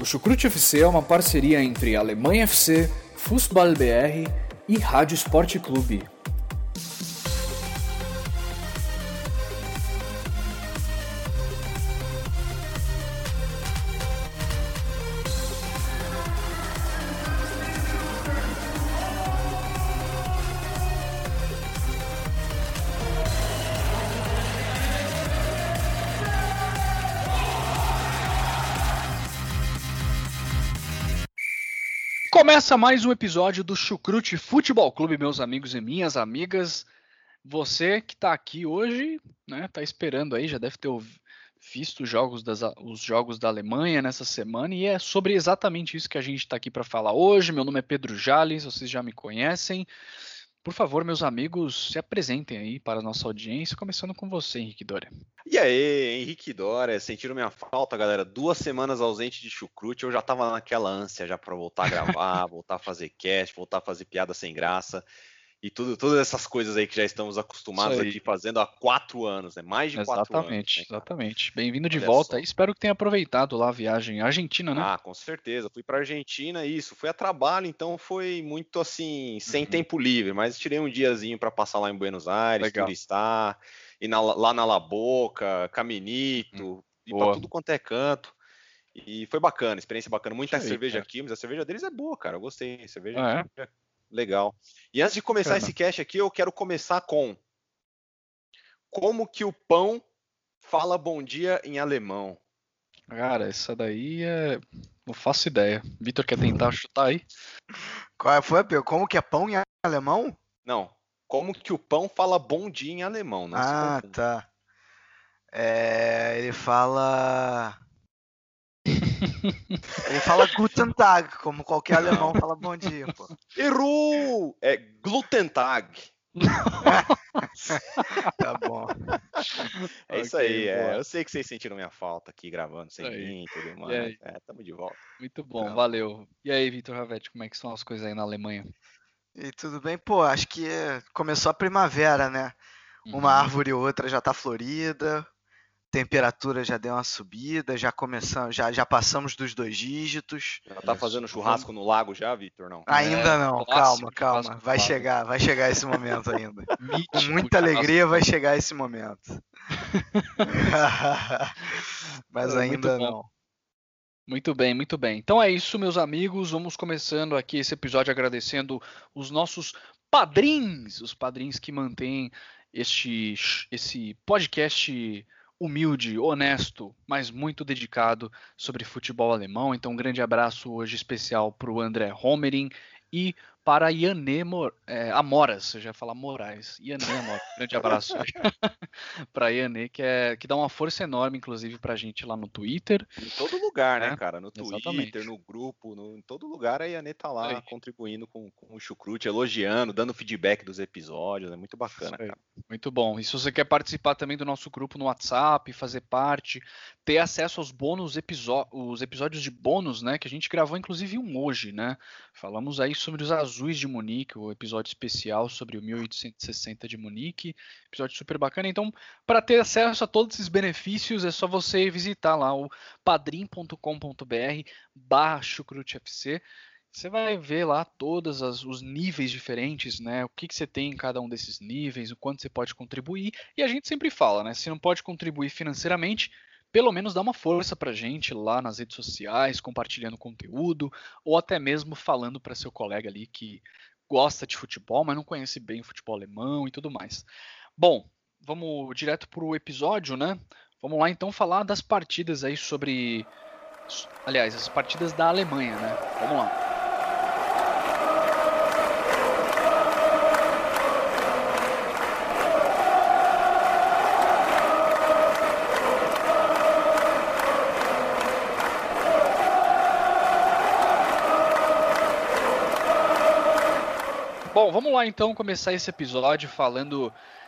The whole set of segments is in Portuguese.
O Chucrute FC é uma parceria entre Alemanha FC, Fußball BR e Rádio Sport Clube. Começa mais um episódio do Chucrute Futebol Clube, meus amigos e minhas amigas. Você que está aqui hoje, né, tá esperando aí, já deve ter visto os jogos da Alemanha nessa semana, e é sobre exatamente isso que a gente está aqui para falar hoje. Meu nome é Pedro Jales, vocês já me conhecem. Por favor, meus amigos, se apresentem aí para a nossa audiência, começando com você, Henrique Doria. E aí, Henrique Doria, sentiram minha falta, galera? 2 semanas ausente de Chucrute, eu já tava naquela ânsia já para voltar a gravar, voltar a fazer cast, voltar a fazer piada sem graça e todas essas coisas aí que já estamos acostumados aqui fazendo há 4 anos, né? Mais de 4 anos. Né, exatamente. Bem-vindo de volta. Espero que tenha aproveitado lá a viagem à Argentina, né? Ah, com certeza. Fui para Argentina, isso. Fui a trabalho, então foi muito assim, sem tempo livre, mas tirei um diazinho para passar lá em Buenos Aires, turistar, ir lá na La Boca, Caminito, ir para tudo quanto é canto. E foi bacana, experiência bacana. Muita cerveja aqui, mas a cerveja deles é boa, cara. Eu gostei. Cerveja legal. E antes de começar esse cast aqui, eu quero começar com como que o pão fala bom dia em alemão. Cara, essa daí não faço ideia. Vitor quer tentar chutar aí? Qual foi, Pedro? Como que é pão em alemão? Não. Como que o pão fala bom dia em alemão? Não se tá. Ele fala... Ele fala Guten Tag, como qualquer alemão fala bom dia, pô. Errou! É Gluten Tag. Tá bom. É isso aí, eu sei que vocês sentiram minha falta aqui gravando sem mim, tudo mais. Tamo de volta. Muito bom, valeu. E aí, Vitor Ravetti, como é que são as coisas aí na Alemanha? E tudo bem? Pô, acho que começou a primavera, né? Uma árvore ou outra já tá florida, temperatura já deu uma subida, já passamos dos 2 dígitos. Já tá fazendo churrasco no lago já, Vitor? Não? Ainda não, calma. Vai chegar esse momento ainda. Com muita alegria vai chegar esse momento. Mas ainda não. Muito bem. Então é isso, meus amigos. Vamos começando aqui esse episódio agradecendo os nossos padrinhos, os padrinhos que mantêm esse podcast humilde, honesto, mas muito dedicado sobre futebol alemão. Então um grande abraço hoje especial para o André Homerin e para a Yanê Amoras, eu já ia falar Moraes, Yanê Amoras, grande abraço para a Yanê, que dá uma força enorme, inclusive, para a gente lá no Twitter. Em todo lugar, né, cara? No Twitter, no grupo, em todo lugar a Yanê tá lá contribuindo com o Chucrute, elogiando, dando feedback dos episódios, é muito bacana, cara. Muito bom. E se você quer participar também do nosso grupo no WhatsApp, fazer parte, ter acesso aos os episódios de bônus, né, que a gente gravou inclusive hoje, né? Falamos aí sobre os Azuis de Munique, o episódio especial sobre o 1860 de Munique, episódio super bacana. Então, para ter acesso a todos esses benefícios, é só você visitar lá o padrim.com.br/chucrutefc. Você vai ver lá todos os níveis diferentes, né? O que você tem em cada um desses níveis, o quanto você pode contribuir. E a gente sempre fala, né? Se não pode contribuir financeiramente, pelo menos dá uma força pra gente lá nas redes sociais, compartilhando conteúdo, ou até mesmo falando para seu colega ali que gosta de futebol, mas não conhece bem o futebol alemão e tudo mais. Bom, vamos direto pro episódio, né? Vamos lá então falar das partidas aí as partidas da Alemanha, né? Vamos lá. Bom, vamos lá então começar esse episódio falando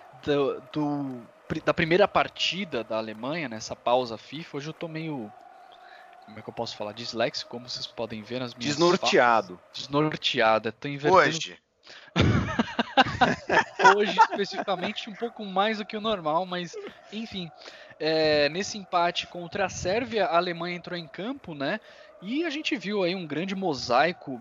da primeira partida da Alemanha, nessa pausa FIFA. Hoje eu tô meio, como é que eu posso falar, disléxico, como vocês podem ver nas minhas Desnorteado. Desnorteada, tô invertendo. Hoje. Hoje, especificamente, um pouco mais do que o normal, mas enfim. Nesse empate contra a Sérvia, a Alemanha entrou em campo, né? E a gente viu aí um grande mosaico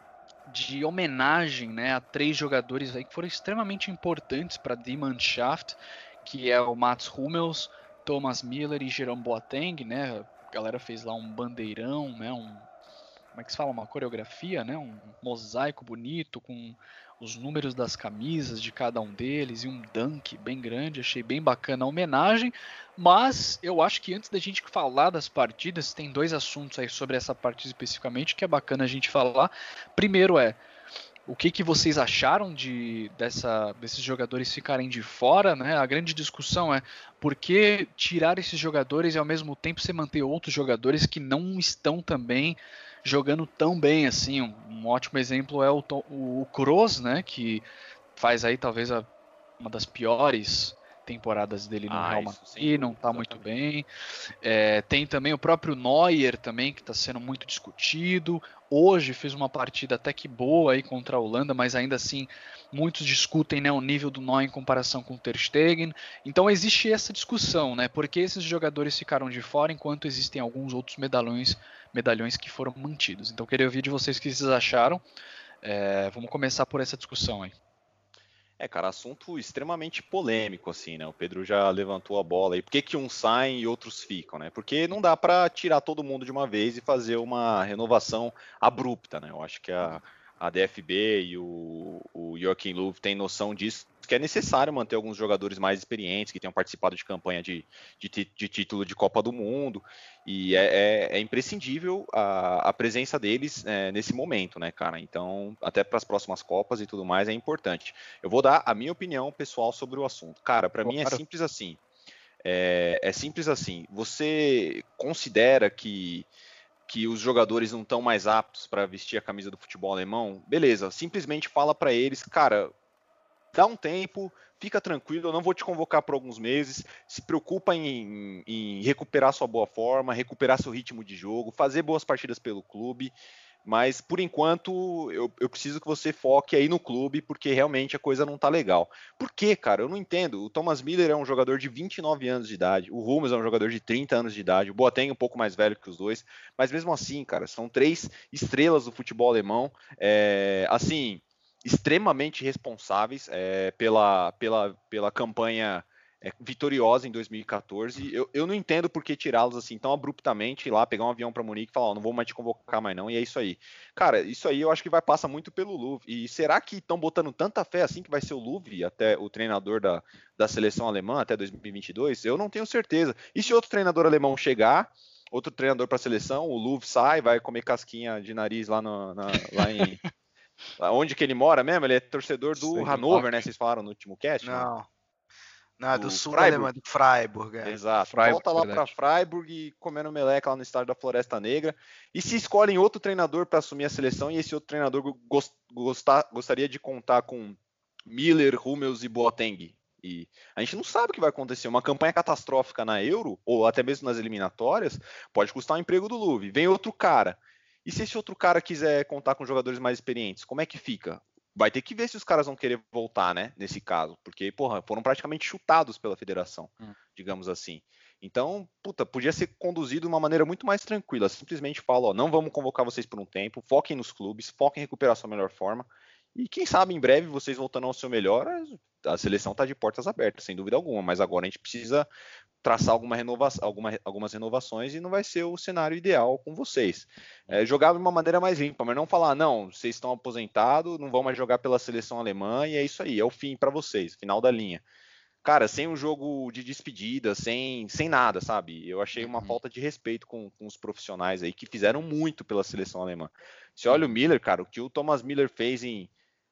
de homenagem, né, a 3 jogadores aí que foram extremamente importantes para Die Mannschaft, que é o Mats Hummels, Thomas Müller e Jerome Boateng, né? A galera fez lá um bandeirão, né? Como é que se fala? Uma coreografia, né? Um mosaico bonito com os números das camisas de cada um deles e um dunk bem grande. Achei bem bacana a homenagem. Mas eu acho que antes da gente falar das partidas, tem 2 assuntos aí sobre essa partida especificamente que é bacana a gente falar. Primeiro o que vocês acharam desses jogadores ficarem de fora, né? A grande discussão é por que tirar esses jogadores e ao mesmo tempo você manter outros jogadores que não estão também jogando tão bem assim. Um ótimo exemplo é o Kroos, né? Que faz aí talvez uma das piores temporadas dele no Real Madrid, não está muito bem. Tem também o próprio Neuer também, que está sendo muito discutido. Hoje fez uma partida até que boa aí contra a Holanda, mas ainda assim muitos discutem, né, o nível do Neuer em comparação com o Ter Stegen. Então existe essa discussão, né? Por que esses jogadores ficaram de fora enquanto existem alguns outros medalhões que foram mantidos. Então eu queria ouvir de vocês o que vocês acharam. Vamos começar por essa discussão aí. Cara, assunto extremamente polêmico, assim, né? O Pedro já levantou a bola aí. Por que uns saem e outros ficam, né? Porque não dá para tirar todo mundo de uma vez e fazer uma renovação abrupta, né? Eu acho que a DFB e o Joachim Löw têm noção disso, que é necessário manter alguns jogadores mais experientes, que tenham participado de campanha de título de Copa do Mundo, e é imprescindível a presença deles nesse momento, né, cara? Então, até para as próximas Copas e tudo mais, é importante. Eu vou dar a minha opinião pessoal sobre o assunto. Cara, para mim é simples assim. É simples assim. Você considera que os jogadores não estão mais aptos para vestir a camisa do futebol alemão? Beleza, simplesmente fala para eles, cara, dá um tempo, fica tranquilo, eu não vou te convocar por alguns meses, se preocupa em recuperar sua boa forma, recuperar seu ritmo de jogo, fazer boas partidas pelo clube, mas por enquanto eu preciso que você foque aí no clube, porque realmente a coisa não tá legal. Por quê, cara? Eu não entendo. O Thomas Müller é um jogador de 29 anos de idade, o Hummels é um jogador de 30 anos de idade, o Boateng é um pouco mais velho que os dois, mas mesmo assim, cara, são 3 estrelas do futebol alemão, assim, extremamente responsáveis pela campanha vitoriosa em 2014. Eu não entendo por que tirá-los assim tão abruptamente, ir lá pegar um avião para Munique e falar, não vou mais te convocar mais não, e é isso aí. Cara, isso aí eu acho que passa muito pelo Löw. E será que estão botando tanta fé assim que vai ser o Löw até o treinador da seleção alemã até 2022? Eu não tenho certeza. E se outro treinador alemão chegar, outro treinador para a seleção, o Löw sai, vai comer casquinha de nariz lá em... Onde que ele mora mesmo? Ele é torcedor do Hannover, né? Vocês falaram no último cast? Não, do sul da Alemanha, do Freiburg. Exato. Freiburg, volta lá para Freiburg e comendo meleca lá no estádio da Floresta Negra. E se escolhem outro treinador para assumir a seleção e esse outro treinador gostaria de contar com Müller, Hummels e Boateng? E a gente não sabe o que vai acontecer. Uma campanha catastrófica na Euro, ou até mesmo nas eliminatórias, pode custar o emprego do Löw. Vem outro cara. E se esse outro cara quiser contar com jogadores mais experientes, como é que fica? Vai ter que ver se os caras vão querer voltar, né? Nesse caso. Porque, porra, foram praticamente chutados pela federação, digamos assim. Então, podia ser conduzido de uma maneira muito mais tranquila. Simplesmente fala, não vamos convocar vocês por um tempo, foquem nos clubes, foquem em recuperar a sua melhor forma. E quem sabe, em breve, vocês voltando ao seu melhor, a seleção está de portas abertas, sem dúvida alguma. Mas agora a gente precisa traçar algumas renovações e não vai ser o cenário ideal com vocês. Jogar de uma maneira mais limpa, mas não falar, não, vocês estão aposentados, não vão mais jogar pela seleção alemã e é isso aí, é o fim para vocês, final da linha. Cara, sem um jogo de despedida, sem nada, sabe? Eu achei uma falta de respeito com os profissionais aí que fizeram muito pela seleção alemã. Se olha o Müller, cara, o que o Thomas Müller fez em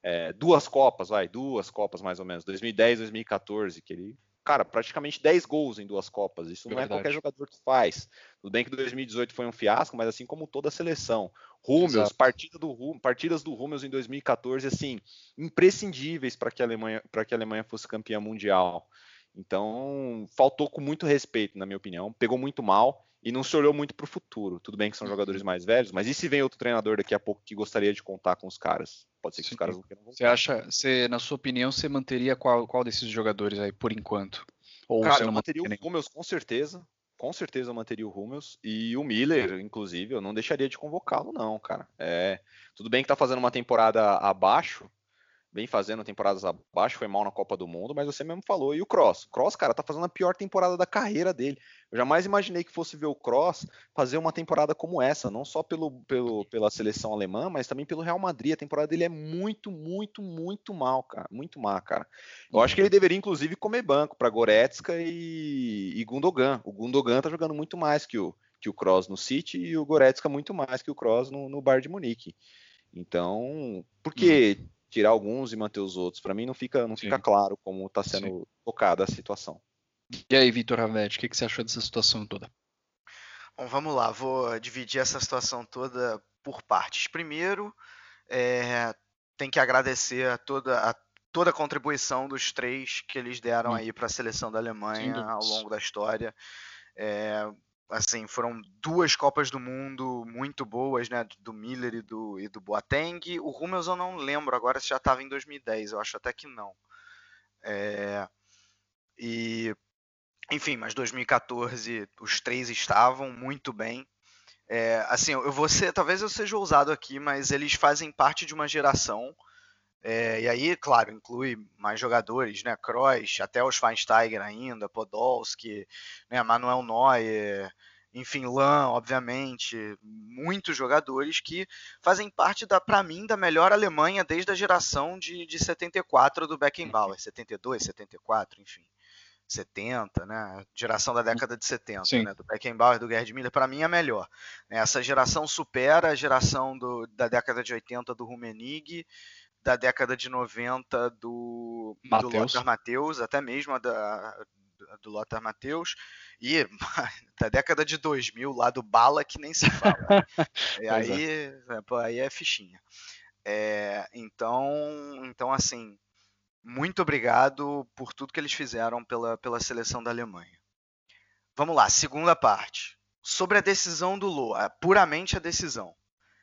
2 Copas mais ou menos, 2010, 2014, que ele... Cara, praticamente 10 gols em 2 Copas. Isso não é qualquer jogador que faz. Tudo bem que 2018 foi um fiasco, mas assim como toda a seleção. Hummels, partidas do Hummels em 2014, assim, imprescindíveis para que a Alemanha fosse campeã mundial. Então, faltou com muito respeito, na minha opinião. Pegou muito mal. e não se olhou muito para o futuro. Tudo bem que são jogadores mais velhos, mas e se vem outro treinador daqui a pouco que gostaria de contar com os caras? Pode ser que os caras não queiram voltar. Na sua opinião, você manteria qual desses jogadores aí por enquanto? Ou cara, você não eu manteria nenhum? o Hummels com certeza. Com certeza eu manteria o Hummels. E o Miller, inclusive, eu não deixaria de convocá-lo, não, cara. Tudo bem que tá fazendo uma temporada abaixo, vem fazendo temporadas abaixo, foi mal na Copa do Mundo, mas você mesmo falou. E o Kroos? O Kroos, cara, tá fazendo a pior temporada da carreira dele. Eu jamais imaginei que fosse ver o Kroos fazer uma temporada como essa, não só pela seleção alemã, mas também pelo Real Madrid. A temporada dele é muito, muito, muito mal, cara. Muito má, cara. Eu acho que ele deveria, inclusive, comer banco para Goretzka e Gundogan. O Gundogan tá jogando muito mais que o Kroos no City e o Goretzka muito mais que o Kroos no Bayern de Munique. Então, por que tirar alguns e manter os outros? Para mim não fica claro como está sendo tocada a situação. E aí, Vitor Ravetti, o que você achou dessa situação toda? Bom, vamos lá, vou dividir essa situação toda por partes. Primeiro, tem que agradecer a toda a contribuição dos três que eles deram aí para a seleção da Alemanha ao longo da história. Assim, foram 2 Copas do Mundo muito boas, né, do Miller e do Boateng. O Hummels eu não lembro agora se já estava em 2010, eu acho até que não. Enfim, mas 2014 os três estavam muito bem. Assim, talvez eu seja ousado aqui, mas eles fazem parte de uma geração. E aí, claro, inclui mais jogadores, né? Kroos, até o Schweinsteiger ainda, Podolski, né? Manuel Neuer, enfim, Lahm, obviamente, muitos jogadores que fazem parte, para mim, da melhor Alemanha desde a geração de 74 do Beckenbauer, 72, 74, enfim, 70, né? Geração da década de 70, né? Do Beckenbauer e do Gerd Müller, para mim é a melhor. Essa geração supera a geração da década de 80 do Rummenigge, da década de 90 do Lothar Matthäus, até mesmo a do Lothar Matthäus, e da década de 2000 lá do Bala, que nem se fala. Aí é fichinha. Então, assim, muito obrigado por tudo que eles fizeram pela seleção da Alemanha. Vamos lá, segunda parte. Sobre a decisão do Löw, puramente a decisão.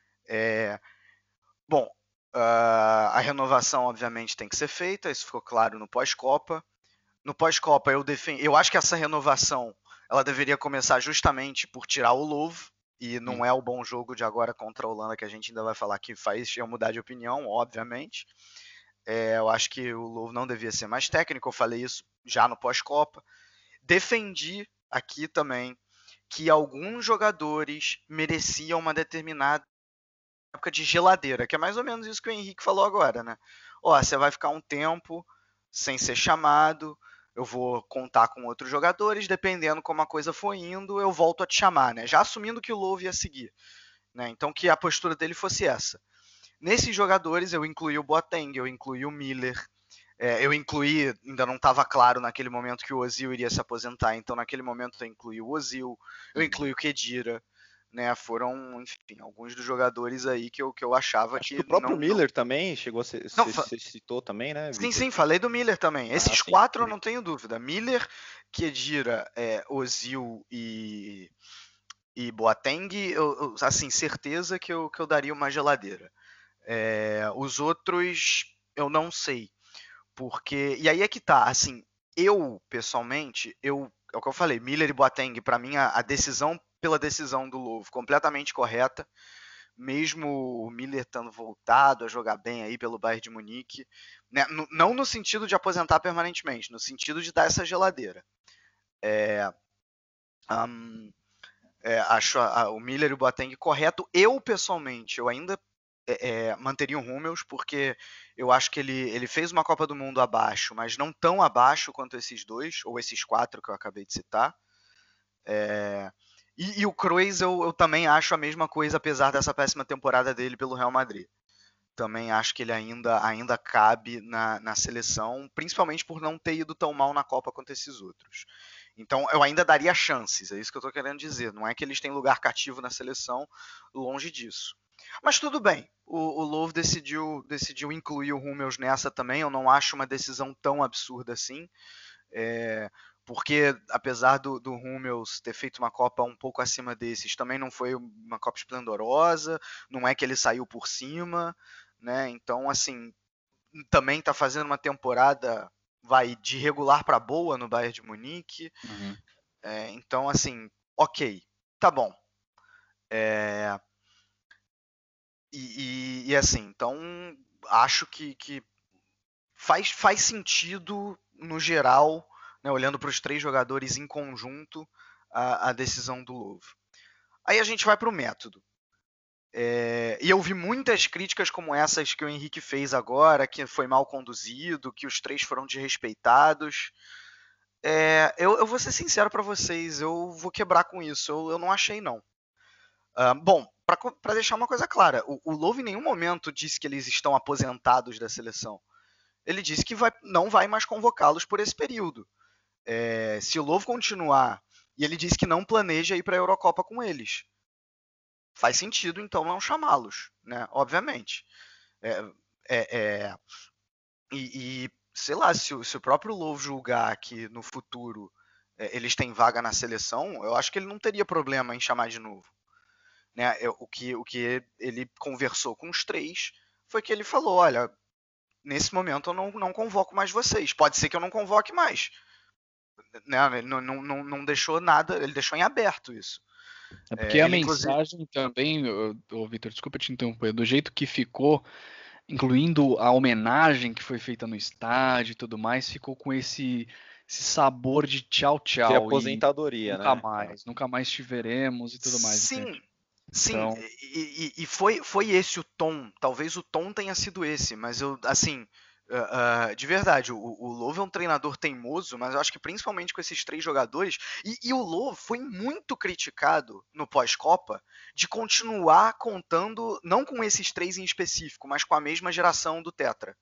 Bom, a renovação, obviamente, tem que ser feita, isso ficou claro no pós-Copa. No pós-Copa, eu acho que essa renovação ela deveria começar justamente por tirar o Löw, e não é o bom jogo de agora contra a Holanda, que a gente ainda vai falar que faz eu mudar de opinião, obviamente. Eu acho que o Löw não devia ser mais técnico, eu falei isso já no pós-Copa. Defendi aqui também que alguns jogadores mereciam uma determinada época de geladeira, que é mais ou menos isso que o Henrique falou agora, né? Você vai ficar um tempo sem ser chamado, eu vou contar com outros jogadores, dependendo como a coisa for indo, eu volto a te chamar, né? Já assumindo que o Löw ia seguir, né? Então que a postura dele fosse essa. Nesses jogadores eu incluí o Boateng, eu incluí o Miller, eu incluí, ainda não estava claro naquele momento que o Ozil iria se aposentar, então naquele momento eu incluí o Ozil, eu incluí o Khedira, né, foram, enfim, alguns dos jogadores aí que eu achava que o próprio Miller também chegou a ser, você citou também, né, Victor? Sim, falei do Miller também. Esses 4 eu não tenho dúvida. Miller, Khedira, Ozil e Boateng, assim, certeza que eu daria uma geladeira. Os outros eu não sei, porque, e aí é que tá, assim, eu pessoalmente, é o que eu falei, Miller e Boateng, para mim a decisão pela decisão do Löw, completamente correta, mesmo o Miller estando voltado a jogar bem aí pelo Bayern de Munique, né? Não no sentido de aposentar permanentemente, no sentido de dar essa geladeira. Acho o Miller e o Boateng correto. Eu, pessoalmente, eu ainda manteria o Hummels, porque eu acho que ele fez uma Copa do Mundo abaixo, mas não tão abaixo quanto esses 2, ou esses 4 que eu acabei de citar. E o Kroos eu também acho a mesma coisa, apesar dessa péssima temporada dele pelo Real Madrid. Também acho que ele ainda cabe na seleção, principalmente por não ter ido tão mal na Copa quanto esses outros. Então eu ainda daria chances, é isso que eu estou querendo dizer. Não é que eles têm lugar cativo na seleção, longe disso. Mas tudo bem, o Löw decidiu incluir o Hummels nessa também, eu não acho uma decisão tão absurda assim. porque apesar do Hummels ter feito uma Copa um pouco acima desses, também não foi uma Copa esplendorosa, não é que ele saiu por cima, né? Então, assim, também está fazendo uma temporada de regular para boa no Bayern de Munique. Uhum. Então, assim, ok, tá bom. E assim, então acho que faz sentido no geral, né, olhando para os 3 jogadores em conjunto, a decisão do Löw. Aí a gente vai para o método. E eu vi muitas críticas como essas que o Henrique fez agora, que foi mal conduzido, que os 3 foram desrespeitados. Eu vou ser sincero para vocês, eu vou quebrar com isso, eu não achei não. Bom, para deixar uma coisa clara, o Löw em nenhum momento disse que eles estão aposentados da seleção. Ele disse que não vai mais convocá-los por esse período. Se o Löw continuar, e ele disse que não planeja ir para a Eurocopa com eles, faz sentido então não chamá-los, né? Obviamente. Sei lá, se o próprio Löw julgar que no futuro eles têm vaga na seleção, eu acho que ele não teria problema em chamar de novo. Né? O que ele conversou com os 3 foi que ele falou, olha, nesse momento eu não convoco mais vocês. Pode ser que eu não convoque mais. Né? Ele não deixou nada, ele deixou em aberto isso. Porque a mensagem também, Vitor, desculpa te interromper, do jeito que ficou, incluindo a homenagem que foi feita no estádio e tudo mais, ficou com esse sabor de tchau, tchau. De aposentadoria, Nunca mais te veremos e tudo mais. Sim. Entende? Sim, então... e foi esse o tom, talvez o tom tenha sido esse, mas eu, assim, de verdade, o Löw é um treinador teimoso, mas eu acho que principalmente com esses 3 jogadores, e o Löw foi muito criticado no pós-Copa de continuar contando, não com esses 3 em específico, mas com a mesma geração do Tetra,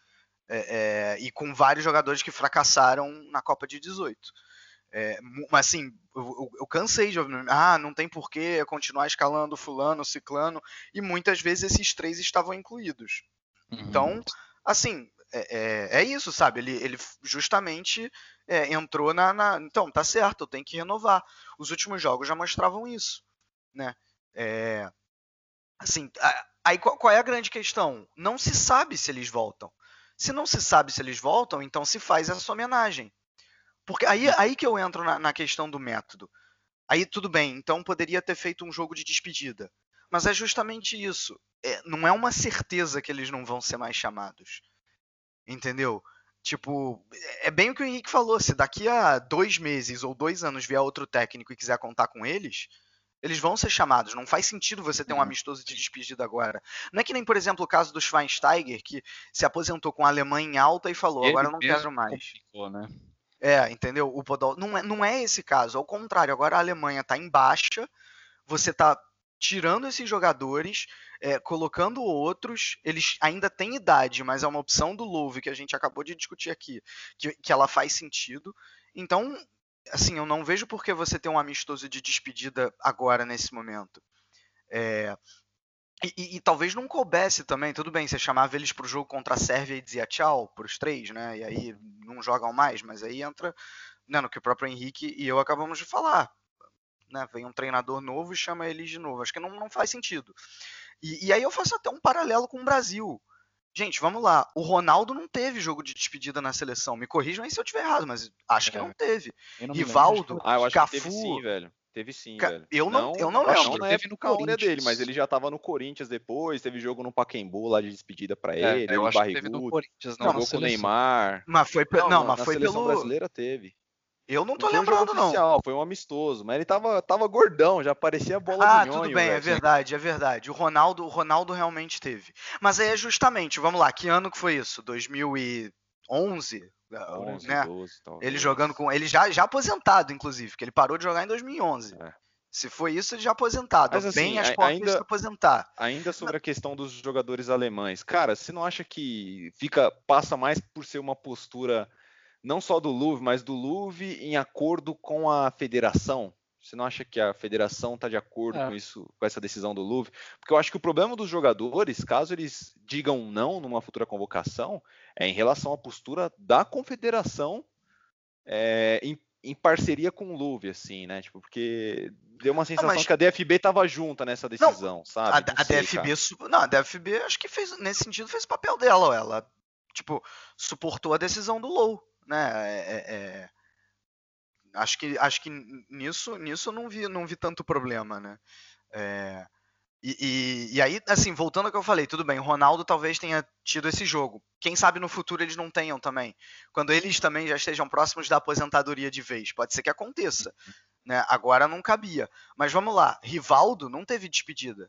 e com vários jogadores que fracassaram na Copa de 18. Mas assim, eu cansei de ouvir, não tem porquê continuar escalando fulano, ciclano, e muitas vezes esses 3 estavam incluídos. Então, assim, é isso, sabe? Ele justamente entrou então, tá certo, eu tenho que renovar. Os últimos jogos já mostravam isso, né? Assim, aí qual é a grande questão? Não se sabe se eles voltam. Se não se sabe se eles voltam, então se faz essa homenagem. Porque aí que eu entro na questão do método. Aí tudo bem, então poderia ter feito um jogo de despedida. Mas é justamente isso. Não é uma certeza que eles não vão ser mais chamados. Entendeu? Tipo, é bem o que o Henrique falou. Se daqui a 2 meses ou 2 anos vier outro técnico e quiser contar com eles vão ser chamados. Não faz sentido você ter um amistoso de despedida agora. Não é que nem, por exemplo, o caso do Schweinsteiger, que se aposentou com a Alemanha em alta e falou, agora eu não quero mais. Complicou, né? Entendeu? O Podol não é esse caso, ao contrário, agora a Alemanha está em baixa, você está tirando esses jogadores, colocando outros, eles ainda têm idade, mas é uma opção do Löw que a gente acabou de discutir aqui, que ela faz sentido. Então, assim, eu não vejo por que você ter um amistoso de despedida agora, nesse momento. E talvez não coubesse também, tudo bem, você chamava eles para o jogo contra a Sérvia e dizia tchau para os 3, né? E aí não jogam mais, mas aí entra, né, no que o próprio Henrique e eu acabamos de falar. Né? Vem um treinador novo e chama eles de novo. Acho que não faz sentido. E aí eu faço até um paralelo com o Brasil. Gente, vamos lá. O Ronaldo não teve jogo de despedida na seleção. Me corrijam aí se eu estiver errado, mas acho que não teve. Rivaldo, eu acho Cafu... que teve sim, velho. Teve sim, velho. Eu não lembro. Não na época dele, mas ele já tava no Corinthians depois, teve jogo no Pacaembu lá de despedida pra ele, eu acho que teve no Corinthians, não, jogou com o Neymar. Mas foi na seleção brasileira teve. Eu não tô lembrando, não. Oficial, foi um amistoso, mas ele tava gordão, já parecia a bola do nhonho. Tudo bem, velho. É verdade. O Ronaldo realmente teve. Mas aí é justamente, vamos lá, que ano que foi isso? 2011? 11, 12, talvez. Ele jogando com... Ele já aposentado, inclusive, porque ele parou de jogar em 2011. Se foi isso, ele já aposentado. Mas, assim, bem as portas de aposentar. Ainda sobre a questão dos jogadores alemães. Cara, você não acha que passa mais por ser uma postura não só do Löw, mas do Löw em acordo com a federação? Você não acha que a federação está de acordo com isso, com essa decisão do Löw? Porque eu acho que o problema dos jogadores, caso eles digam não numa futura convocação, é em relação à postura da confederação em parceria com o Louvre, assim, né? Tipo, porque deu uma sensação que a DFB tava junta nessa decisão, sabe? A DFB, a DFB acho que fez, nesse sentido, fez o papel dela. Ela, tipo, suportou a decisão do Low, né? Acho que nisso eu não vi tanto problema, né? E aí, assim, voltando ao que eu falei, tudo bem, o Ronaldo talvez tenha tido esse jogo. Quem sabe no futuro eles não tenham também. Quando eles também já estejam próximos da aposentadoria de vez. Pode ser que aconteça. Né? Agora não cabia. Mas vamos lá, Rivaldo não teve despedida.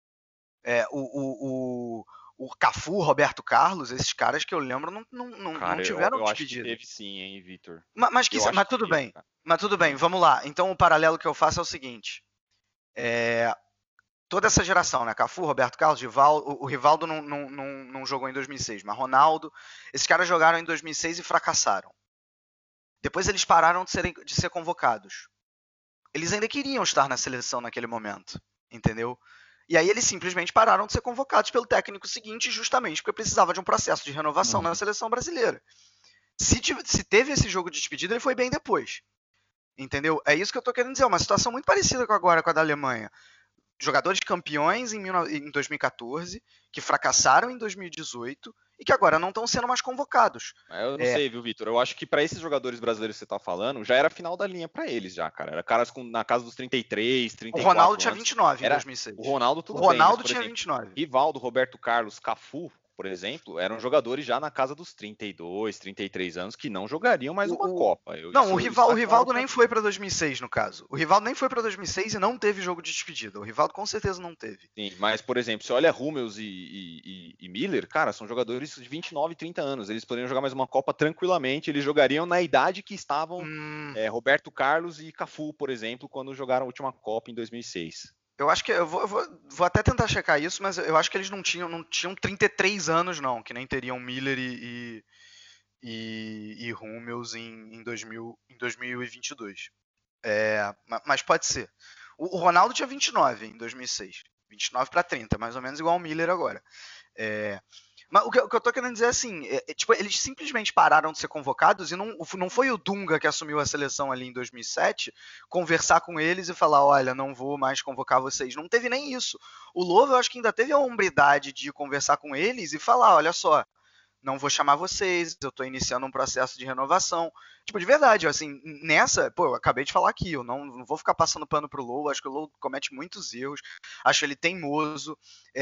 O Cafu, Roberto Carlos, esses caras que eu lembro não tiveram eu despedida. Acho que teve sim, hein, Vitor? Mas tudo bem. Mas tudo bem, vamos lá. Então o paralelo que eu faço é o seguinte. Toda essa geração, né? Cafu, Roberto Carlos, o Rivaldo não jogou em 2006, mas Ronaldo, esses caras jogaram em 2006 e fracassaram. Depois eles pararam de ser convocados. Eles ainda queriam estar na seleção naquele momento, entendeu? E aí eles simplesmente pararam de ser convocados pelo técnico seguinte, justamente porque precisava de um processo de renovação na seleção brasileira. Se teve esse jogo de despedida, ele foi bem depois. Entendeu? É isso que eu tô querendo dizer, uma situação muito parecida agora com a da Alemanha. Jogadores campeões em 2014, que fracassaram em 2018 e que agora não estão sendo mais convocados. Eu não sei, viu, Vitor? Eu acho que para esses jogadores brasileiros que você tá falando, já era final da linha para eles já, cara. Era caras na casa dos 33, 34 O Ronaldo tinha 29 em 2006. O Ronaldo tudo bem. O Ronaldo bem, tinha 29. Rivaldo, Roberto Carlos, Cafu, por exemplo, eram jogadores já na casa dos 32, 33 anos que não jogariam mais uma Copa. O Rivaldo nem foi para 2006, no caso. O Rivaldo nem foi para 2006 e não teve jogo de despedida. O Rivaldo com certeza não teve. Sim, mas, por exemplo, você olha Hummels e Miller, cara, são jogadores de 29, 30 anos. Eles poderiam jogar mais uma Copa tranquilamente. Eles jogariam na idade que estavam Roberto Carlos e Cafu, por exemplo, quando jogaram a última Copa em 2006. Eu acho que eu vou até tentar checar isso, mas eu acho que eles não tinham 33 anos, não, que nem teriam Miller e Hummels em 2022. Mas pode ser. O Ronaldo tinha 29 em 2006. 29 para 30, mais ou menos igual o Miller agora. Mas o que eu tô querendo dizer é assim, tipo, eles simplesmente pararam de ser convocados e não foi o Dunga que assumiu a seleção ali em 2007 conversar com eles e falar, olha, não vou mais convocar vocês. Não teve nem isso. O Lovo, eu acho que ainda teve a hombridade de conversar com eles e falar, olha só, não vou chamar vocês, eu tô iniciando um processo de renovação. Tipo, de verdade, assim, eu acabei de falar aqui, eu não vou ficar passando pano pro Low, acho que o Low comete muitos erros, acho ele teimoso,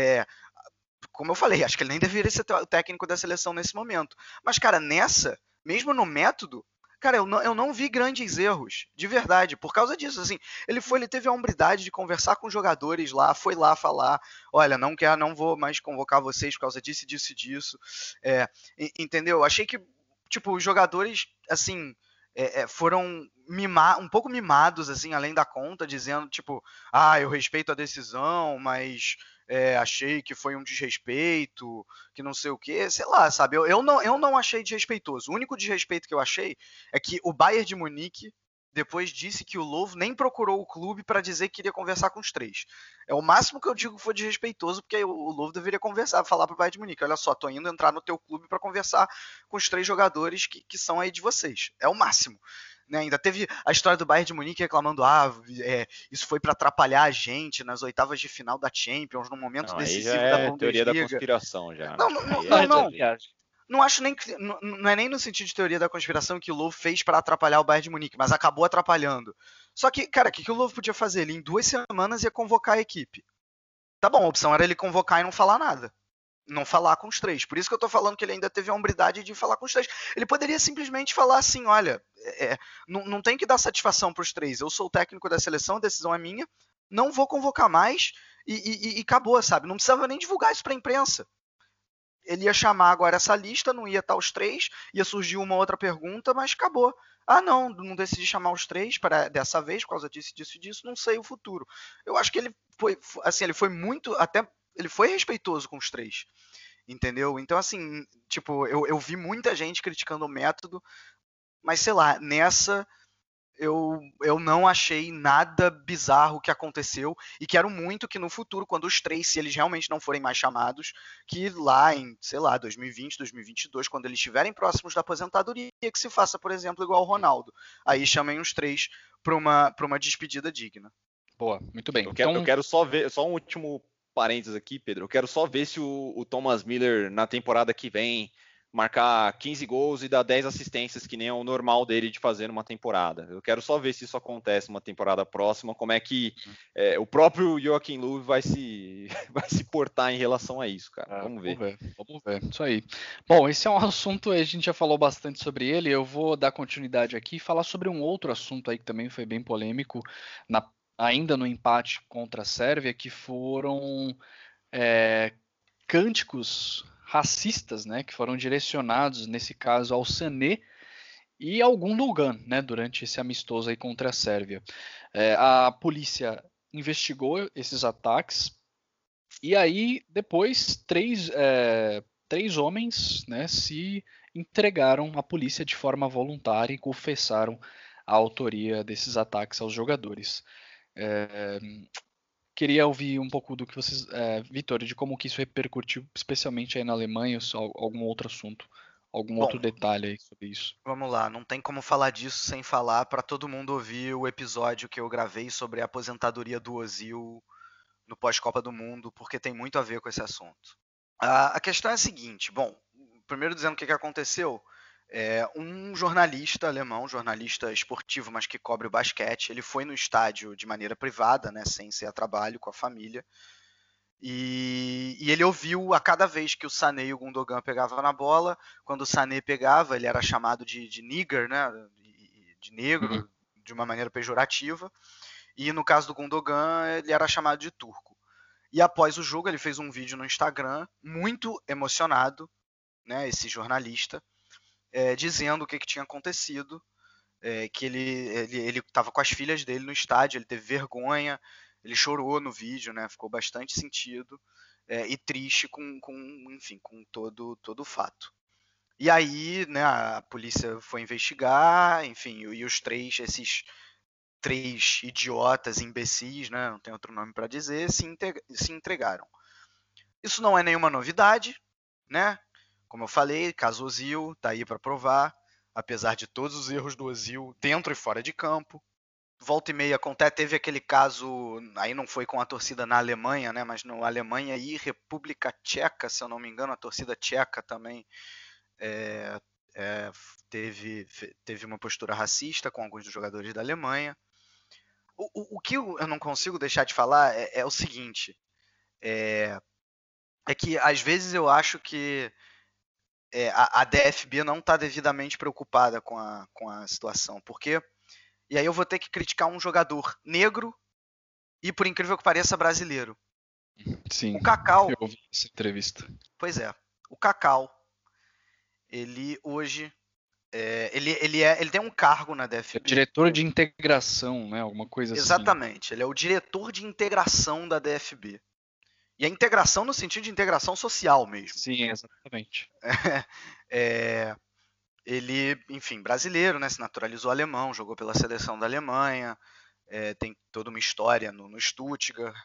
como eu falei, acho que ele nem deveria ser o técnico da seleção nesse momento. Mas, cara, mesmo no método, cara, eu não vi grandes erros, de verdade, por causa disso, assim, ele teve a hombridade de conversar com os jogadores lá, foi lá falar, olha, não vou mais convocar vocês por causa disso, disso, entendeu? Achei que, tipo, os jogadores, assim, foram um pouco mimados, assim, além da conta, dizendo, tipo, eu respeito a decisão, mas achei que foi um desrespeito, que não sei o que, sei lá, sabe? Eu não achei desrespeitoso. O único desrespeito que eu achei é que o Bayern de Munique depois disse que o Low nem procurou o clube para dizer que queria conversar com os três. É o máximo que eu digo que foi desrespeitoso, porque o Low deveria conversar, falar pro Bayern de Munique, olha só, tô indo entrar no teu clube para conversar com os 3 jogadores que são aí de vocês. É o máximo. Né, ainda teve a história do Bayern de Munique reclamando, isso foi para atrapalhar a gente nas oitavas de final da Champions, no momento decisivo da Bundesliga. Teoria da conspiração já. Não acho nem que não é nem no sentido de teoria da conspiração que o Low fez para atrapalhar o Bayern de Munique, mas acabou atrapalhando. Só que, cara, o que o Low podia fazer? Ele em 2 semanas ia convocar a equipe. Tá bom, a opção era ele convocar e não falar nada. Não falar com os 3. Por isso que eu tô falando que ele ainda teve a hombridade de falar com os 3. Ele poderia simplesmente falar assim, olha, não tem que dar satisfação pros 3. Eu sou o técnico da seleção, a decisão é minha, não vou convocar mais e acabou, sabe? Não precisava nem divulgar isso pra imprensa. Ele ia chamar agora essa lista, não ia estar os 3, ia surgir uma outra pergunta, mas acabou. Não decidi chamar os 3 dessa vez, por causa disso, não sei o futuro. Eu acho que ele foi muito, até ele foi respeitoso com os 3, entendeu? Então, assim, tipo, eu vi muita gente criticando o método, mas sei lá, nessa eu não achei nada bizarro que aconteceu e quero muito que no futuro, quando os três, se eles realmente não forem mais chamados, que lá em, sei lá, 2020, 2022, quando eles estiverem próximos da aposentadoria, que se faça, por exemplo, igual o Ronaldo. Aí chamem os três para uma despedida digna. Boa, muito bem. Eu quero só ver, só um último parênteses aqui, Pedro. Eu quero só ver se o Thomas Miller, na temporada que vem, marcar 15 gols e dar 10 assistências, que nem é o normal dele de fazer numa temporada. Eu quero só ver se isso acontece numa temporada próxima, como é que o próprio Joachim Löw vai se portar em relação a isso, cara. Vamos ver. Vamos ver, isso aí. Bom, esse é um assunto, a gente já falou bastante sobre ele, eu vou dar continuidade aqui e falar sobre um outro assunto aí que também foi bem polêmico, ainda no empate contra a Sérvia, que foram cânticos racistas, né, que foram direcionados, nesse caso, ao Sané e ao Gundogan, né, durante esse amistoso aí contra a Sérvia. A polícia investigou esses ataques e aí depois três homens, né, se entregaram à polícia de forma voluntária e confessaram a autoria desses ataques aos jogadores. Queria ouvir um pouco do que vocês, Vitória, de como que isso repercutiu, especialmente aí na Alemanha, ou algum outro assunto, outro detalhe aí sobre isso. Vamos lá, não tem como falar disso sem falar para todo mundo ouvir o episódio que eu gravei sobre a aposentadoria do Ozil no pós-Copa do Mundo, porque tem muito a ver com esse assunto. A questão é a seguinte, primeiro dizendo o que aconteceu, um jornalista alemão, jornalista esportivo, mas que cobre o basquete, ele foi no estádio de maneira privada, né, sem ser a trabalho, com a família, e ele ouviu a cada vez que o Sané e o Gundogan pegavam na bola, quando o Sané pegava, ele era chamado de nigger, né, de negro, de uma maneira pejorativa, e no caso do Gundogan, ele era chamado de turco. E após o jogo, ele fez um vídeo no Instagram, muito emocionado, né, esse jornalista, dizendo o que tinha acontecido, que ele estava com as filhas dele no estádio, ele teve vergonha, ele chorou no vídeo, né, ficou bastante sentido e triste com todo o fato. E aí, né, a polícia foi investigar, enfim, e esses três idiotas, imbecis, né, não tem outro nome para dizer, se entregaram. Isso não é nenhuma novidade, né? Como eu falei, caso Ozil, tá aí para provar, apesar de todos os erros do Ozil dentro e fora de campo. Volta e meia acontece, teve aquele caso, aí não foi com a torcida na Alemanha, né, mas na Alemanha e República Tcheca, se eu não me engano, a torcida tcheca também teve uma postura racista com alguns dos jogadores da Alemanha. O que eu não consigo deixar de falar é o seguinte, é que às vezes eu acho que a DFB não está devidamente preocupada com a situação, porque, e aí eu vou ter que criticar um jogador negro e, por incrível que pareça, brasileiro. Sim, o Cacau, eu ouvi essa entrevista. Pois é, o Cacau, ele hoje, ele tem um cargo na DFB. É diretor de integração, né, alguma coisa assim. Exatamente, ele é o diretor de integração da DFB. E a integração no sentido de integração social mesmo. Sim, exatamente. Ele, enfim, brasileiro, né, se naturalizou alemão, jogou pela seleção da Alemanha, tem toda uma história no Stuttgart.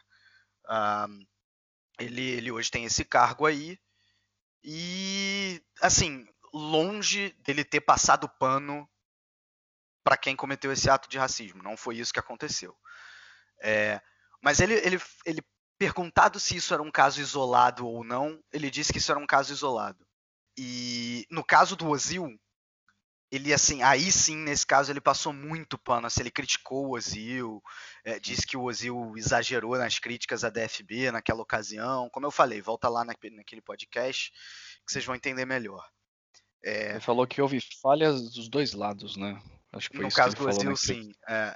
Ele hoje tem esse cargo aí. E, assim, longe dele ter passado pano para quem cometeu esse ato de racismo. Não foi isso que aconteceu. Mas ele perguntado se isso era um caso isolado ou não, ele disse que isso era um caso isolado. E no caso do Ozil, ele, assim, aí sim, nesse caso, ele passou muito pano. Assim, ele criticou o Ozil, disse que o Ozil exagerou nas críticas à DFB naquela ocasião. Como eu falei, volta lá naquele podcast que vocês vão entender melhor. Ele falou que houve falhas dos dois lados, né? Acho que foi no isso caso que ele do falou. Ozil, sim.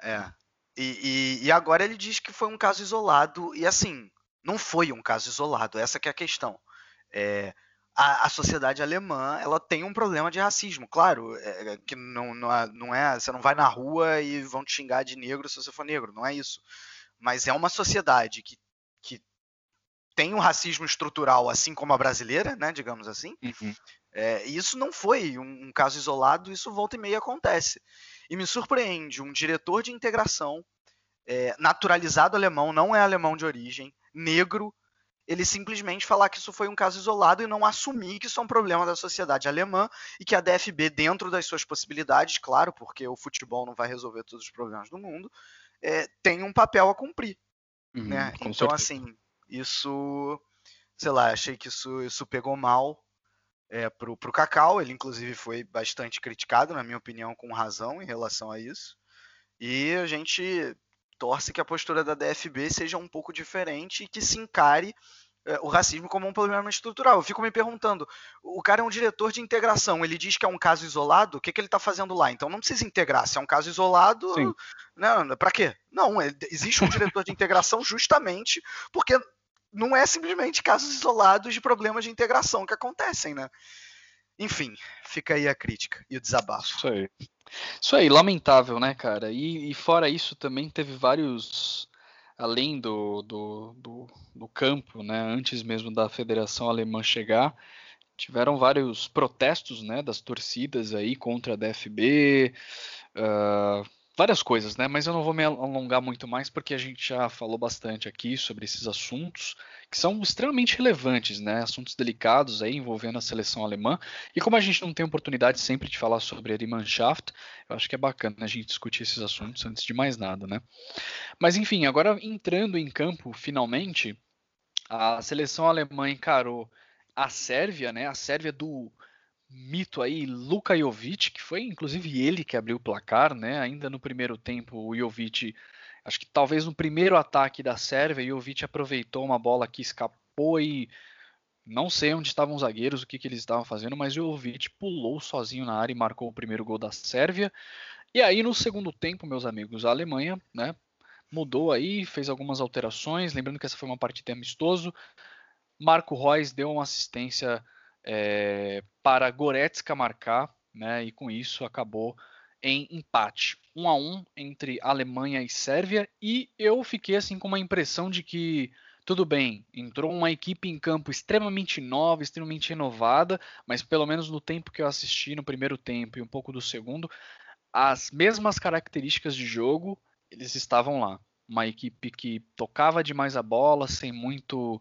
E agora ele diz que foi um caso isolado, e assim, não foi um caso isolado, essa que é a questão. A sociedade alemã, ela tem um problema de racismo, claro, que não é, você não vai na rua e vão te xingar de negro se você for negro, não é isso. Mas é uma sociedade que tem um racismo estrutural, assim como a brasileira, né, digamos assim. Uhum. E isso não foi um caso isolado, isso volta e meia acontece. E me surpreende um diretor de integração naturalizado alemão, não é alemão de origem, negro, ele simplesmente falar que isso foi um caso isolado e não assumir que isso é um problema da sociedade alemã e que a DFB, dentro das suas possibilidades, claro, porque o futebol não vai resolver todos os problemas do mundo, tem um papel a cumprir. Né? Então, certeza. Assim, isso, sei lá, achei que isso pegou mal pro Cacau, ele inclusive foi bastante criticado, na minha opinião, com razão em relação a isso, e a gente torce que a postura da DFB seja um pouco diferente e que se encare o racismo como um problema estrutural. Eu fico me perguntando, o cara é um diretor de integração, ele diz que é um caso isolado, o que ele está fazendo lá? Então não precisa integrar, se é um caso isolado, né, para quê? Não, existe um diretor de integração justamente porque não é simplesmente casos isolados de problemas de integração que acontecem, né? Enfim, fica aí a crítica e o desabafo. Isso aí, lamentável, né, cara? E fora isso também teve vários, além do campo, né, antes mesmo da Federação Alemã chegar, tiveram vários protestos, né, das torcidas aí contra a DFB, várias coisas, né? Mas eu não vou me alongar muito mais porque a gente já falou bastante aqui sobre esses assuntos que são extremamente relevantes, né? Assuntos delicados aí envolvendo a seleção alemã. E como a gente não tem oportunidade sempre de falar sobre a Mannschaft, eu acho que é bacana a gente discutir esses assuntos antes de mais nada, né? Mas enfim, agora entrando em campo finalmente, a seleção alemã encarou a Sérvia, né? A Sérvia do mito aí, Luka Jovic, que foi inclusive ele que abriu o placar, né? Ainda no primeiro tempo, o Jovic, acho que talvez no primeiro ataque da Sérvia, o Jovic aproveitou uma bola que escapou e não sei onde estavam os zagueiros, o que eles estavam fazendo, mas o Jovic pulou sozinho na área e marcou o primeiro gol da Sérvia. E aí no segundo tempo, meus amigos, a Alemanha, né, mudou aí, fez algumas alterações, lembrando que essa foi uma partida amistoso. Marco Reus deu uma assistência para Goretzka marcar, né, e com isso acabou em empate 1-1 entre Alemanha e Sérvia, e eu fiquei assim com uma impressão de que tudo bem, entrou uma equipe em campo extremamente nova, extremamente renovada, mas pelo menos no tempo que eu assisti no primeiro tempo e um pouco do segundo, as mesmas características de jogo, eles estavam lá. Uma equipe que tocava demais a bola, sem muito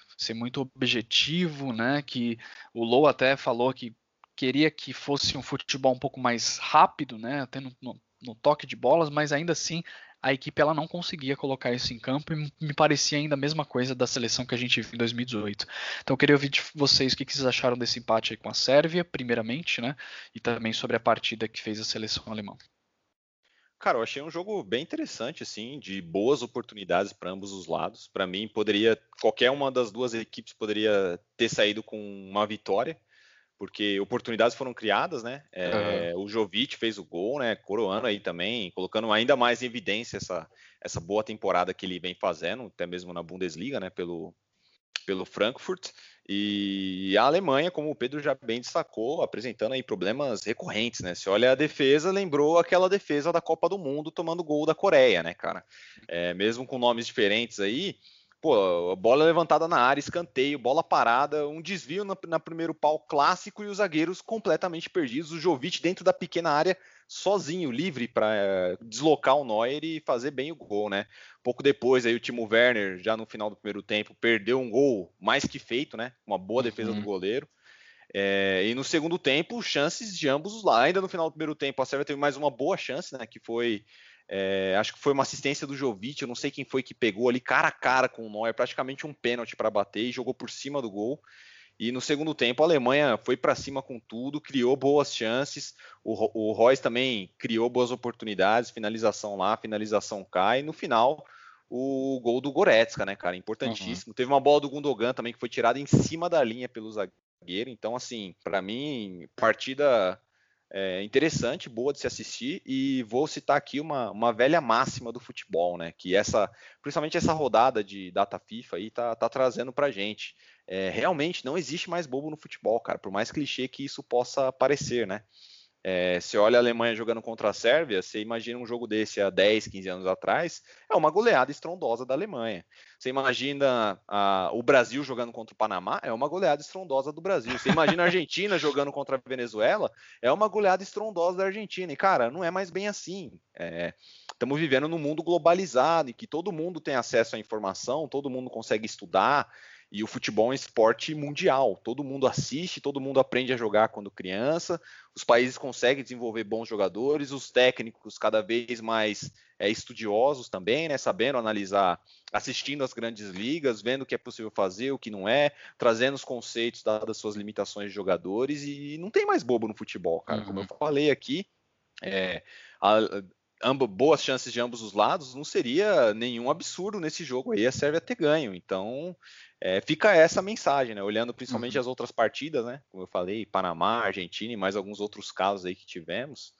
objetivo, né? Que o Low até falou que queria que fosse um futebol um pouco mais rápido, né? Até no toque de bolas, mas ainda assim a equipe ela não conseguia colocar isso em campo e me parecia ainda a mesma coisa da seleção que a gente viu em 2018. Então eu queria ouvir de vocês o que vocês acharam desse empate aí com a Sérvia, primeiramente, né? E também sobre a partida que fez a seleção alemã. Cara, eu achei um jogo bem interessante, assim, de boas oportunidades para ambos os lados. Para mim, qualquer uma das duas equipes poderia ter saído com uma vitória, porque oportunidades foram criadas, né? O Jovic fez o gol, né? Coroando aí também, colocando ainda mais em evidência essa boa temporada que ele vem fazendo, até mesmo na Bundesliga, né? Pelo Frankfurt. E a Alemanha, como o Pedro já bem destacou, apresentando aí problemas recorrentes, né? Se olha a defesa, lembrou aquela defesa da Copa do Mundo tomando gol da Coreia, né, cara? Mesmo com nomes diferentes aí, pô, bola levantada na área, escanteio, bola parada, um desvio na primeiro pau clássico e os zagueiros completamente perdidos. O Jovic dentro da pequena área, sozinho, livre para deslocar o Neuer e fazer bem o gol, né? Pouco depois, aí o Timo Werner, já no final do primeiro tempo, perdeu um gol mais que feito, né? Uma boa defesa do goleiro. E no segundo tempo, chances de ambos os lados. Ainda no final do primeiro tempo, a Sérvia teve mais uma boa chance, né? Que foi, acho que foi uma assistência do Jovic, eu não sei quem foi que pegou ali cara a cara com o Neuer, praticamente um pênalti para bater e jogou por cima do gol. E no segundo tempo, a Alemanha foi para cima com tudo, criou boas chances. O Reus também criou boas oportunidades, finalização lá, finalização cá. E no final, o gol do Goretzka, né, cara? Importantíssimo. Teve uma bola do Gundogan também que foi tirada em cima da linha pelo zagueiro. Então, assim, para mim, partida interessante, boa de se assistir. E vou citar aqui uma velha máxima do futebol, né? Que principalmente essa rodada de data FIFA aí tá trazendo pra gente. Realmente não existe mais bobo no futebol, cara, por mais clichê que isso possa parecer, né? Você olha a Alemanha jogando contra a Sérvia, você imagina um jogo desse há 10, 15 anos atrás, é uma goleada estrondosa da Alemanha. Você imagina o Brasil jogando contra o Panamá, é uma goleada estrondosa do Brasil. Você imagina a Argentina jogando contra a Venezuela, é uma goleada estrondosa da Argentina. E, cara, não é mais bem assim. Estamos vivendo num mundo globalizado, em que todo mundo tem acesso à informação, todo mundo consegue estudar, e o futebol é um esporte mundial. Todo mundo assiste, todo mundo aprende a jogar quando criança, os países conseguem desenvolver bons jogadores, os técnicos cada vez mais estudiosos também, né, sabendo analisar, assistindo às grandes ligas, vendo o que é possível fazer, o que não é, trazendo os conceitos dadas suas limitações de jogadores, e não tem mais bobo no futebol, cara. Como eu falei aqui, boas chances de ambos os lados, não seria nenhum absurdo nesse jogo aí a Sérvia ter ganho. Então, fica essa mensagem, né? Olhando principalmente as outras partidas, né? Como eu falei, Panamá, Argentina e mais alguns outros casos aí que tivemos,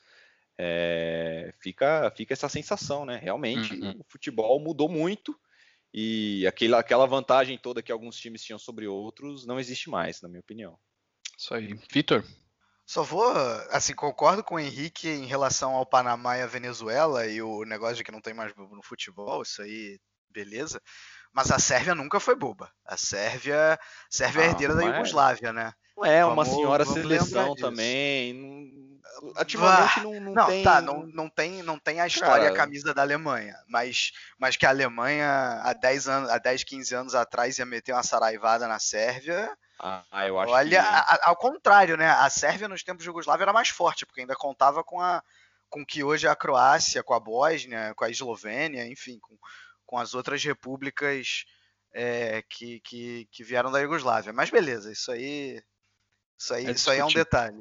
fica essa sensação, né? Realmente, o futebol mudou muito e aquela vantagem toda que alguns times tinham sobre outros não existe mais, na minha opinião. Isso aí. Vitor? Só vou, assim, concordo com o Henrique em relação ao Panamá e a Venezuela e o negócio de que não tem mais bobo no futebol, isso aí, beleza. Mas a Sérvia nunca foi boba. A Sérvia é herdeira da Iugoslávia, né? Não é uma senhora seleção também. Ativamente não tem a história e a camisa da Alemanha, mas que a Alemanha há 10, 15 anos atrás ia meter uma saraivada na Sérvia. Eu acho Olha, ao contrário, né? A Sérvia nos tempos de Iugoslávia era mais forte, porque ainda contava com que hoje é a Croácia, com a Bósnia, com a Eslovênia, enfim, com as outras repúblicas que vieram da Iugoslávia. Mas beleza, isso aí é um detalhe.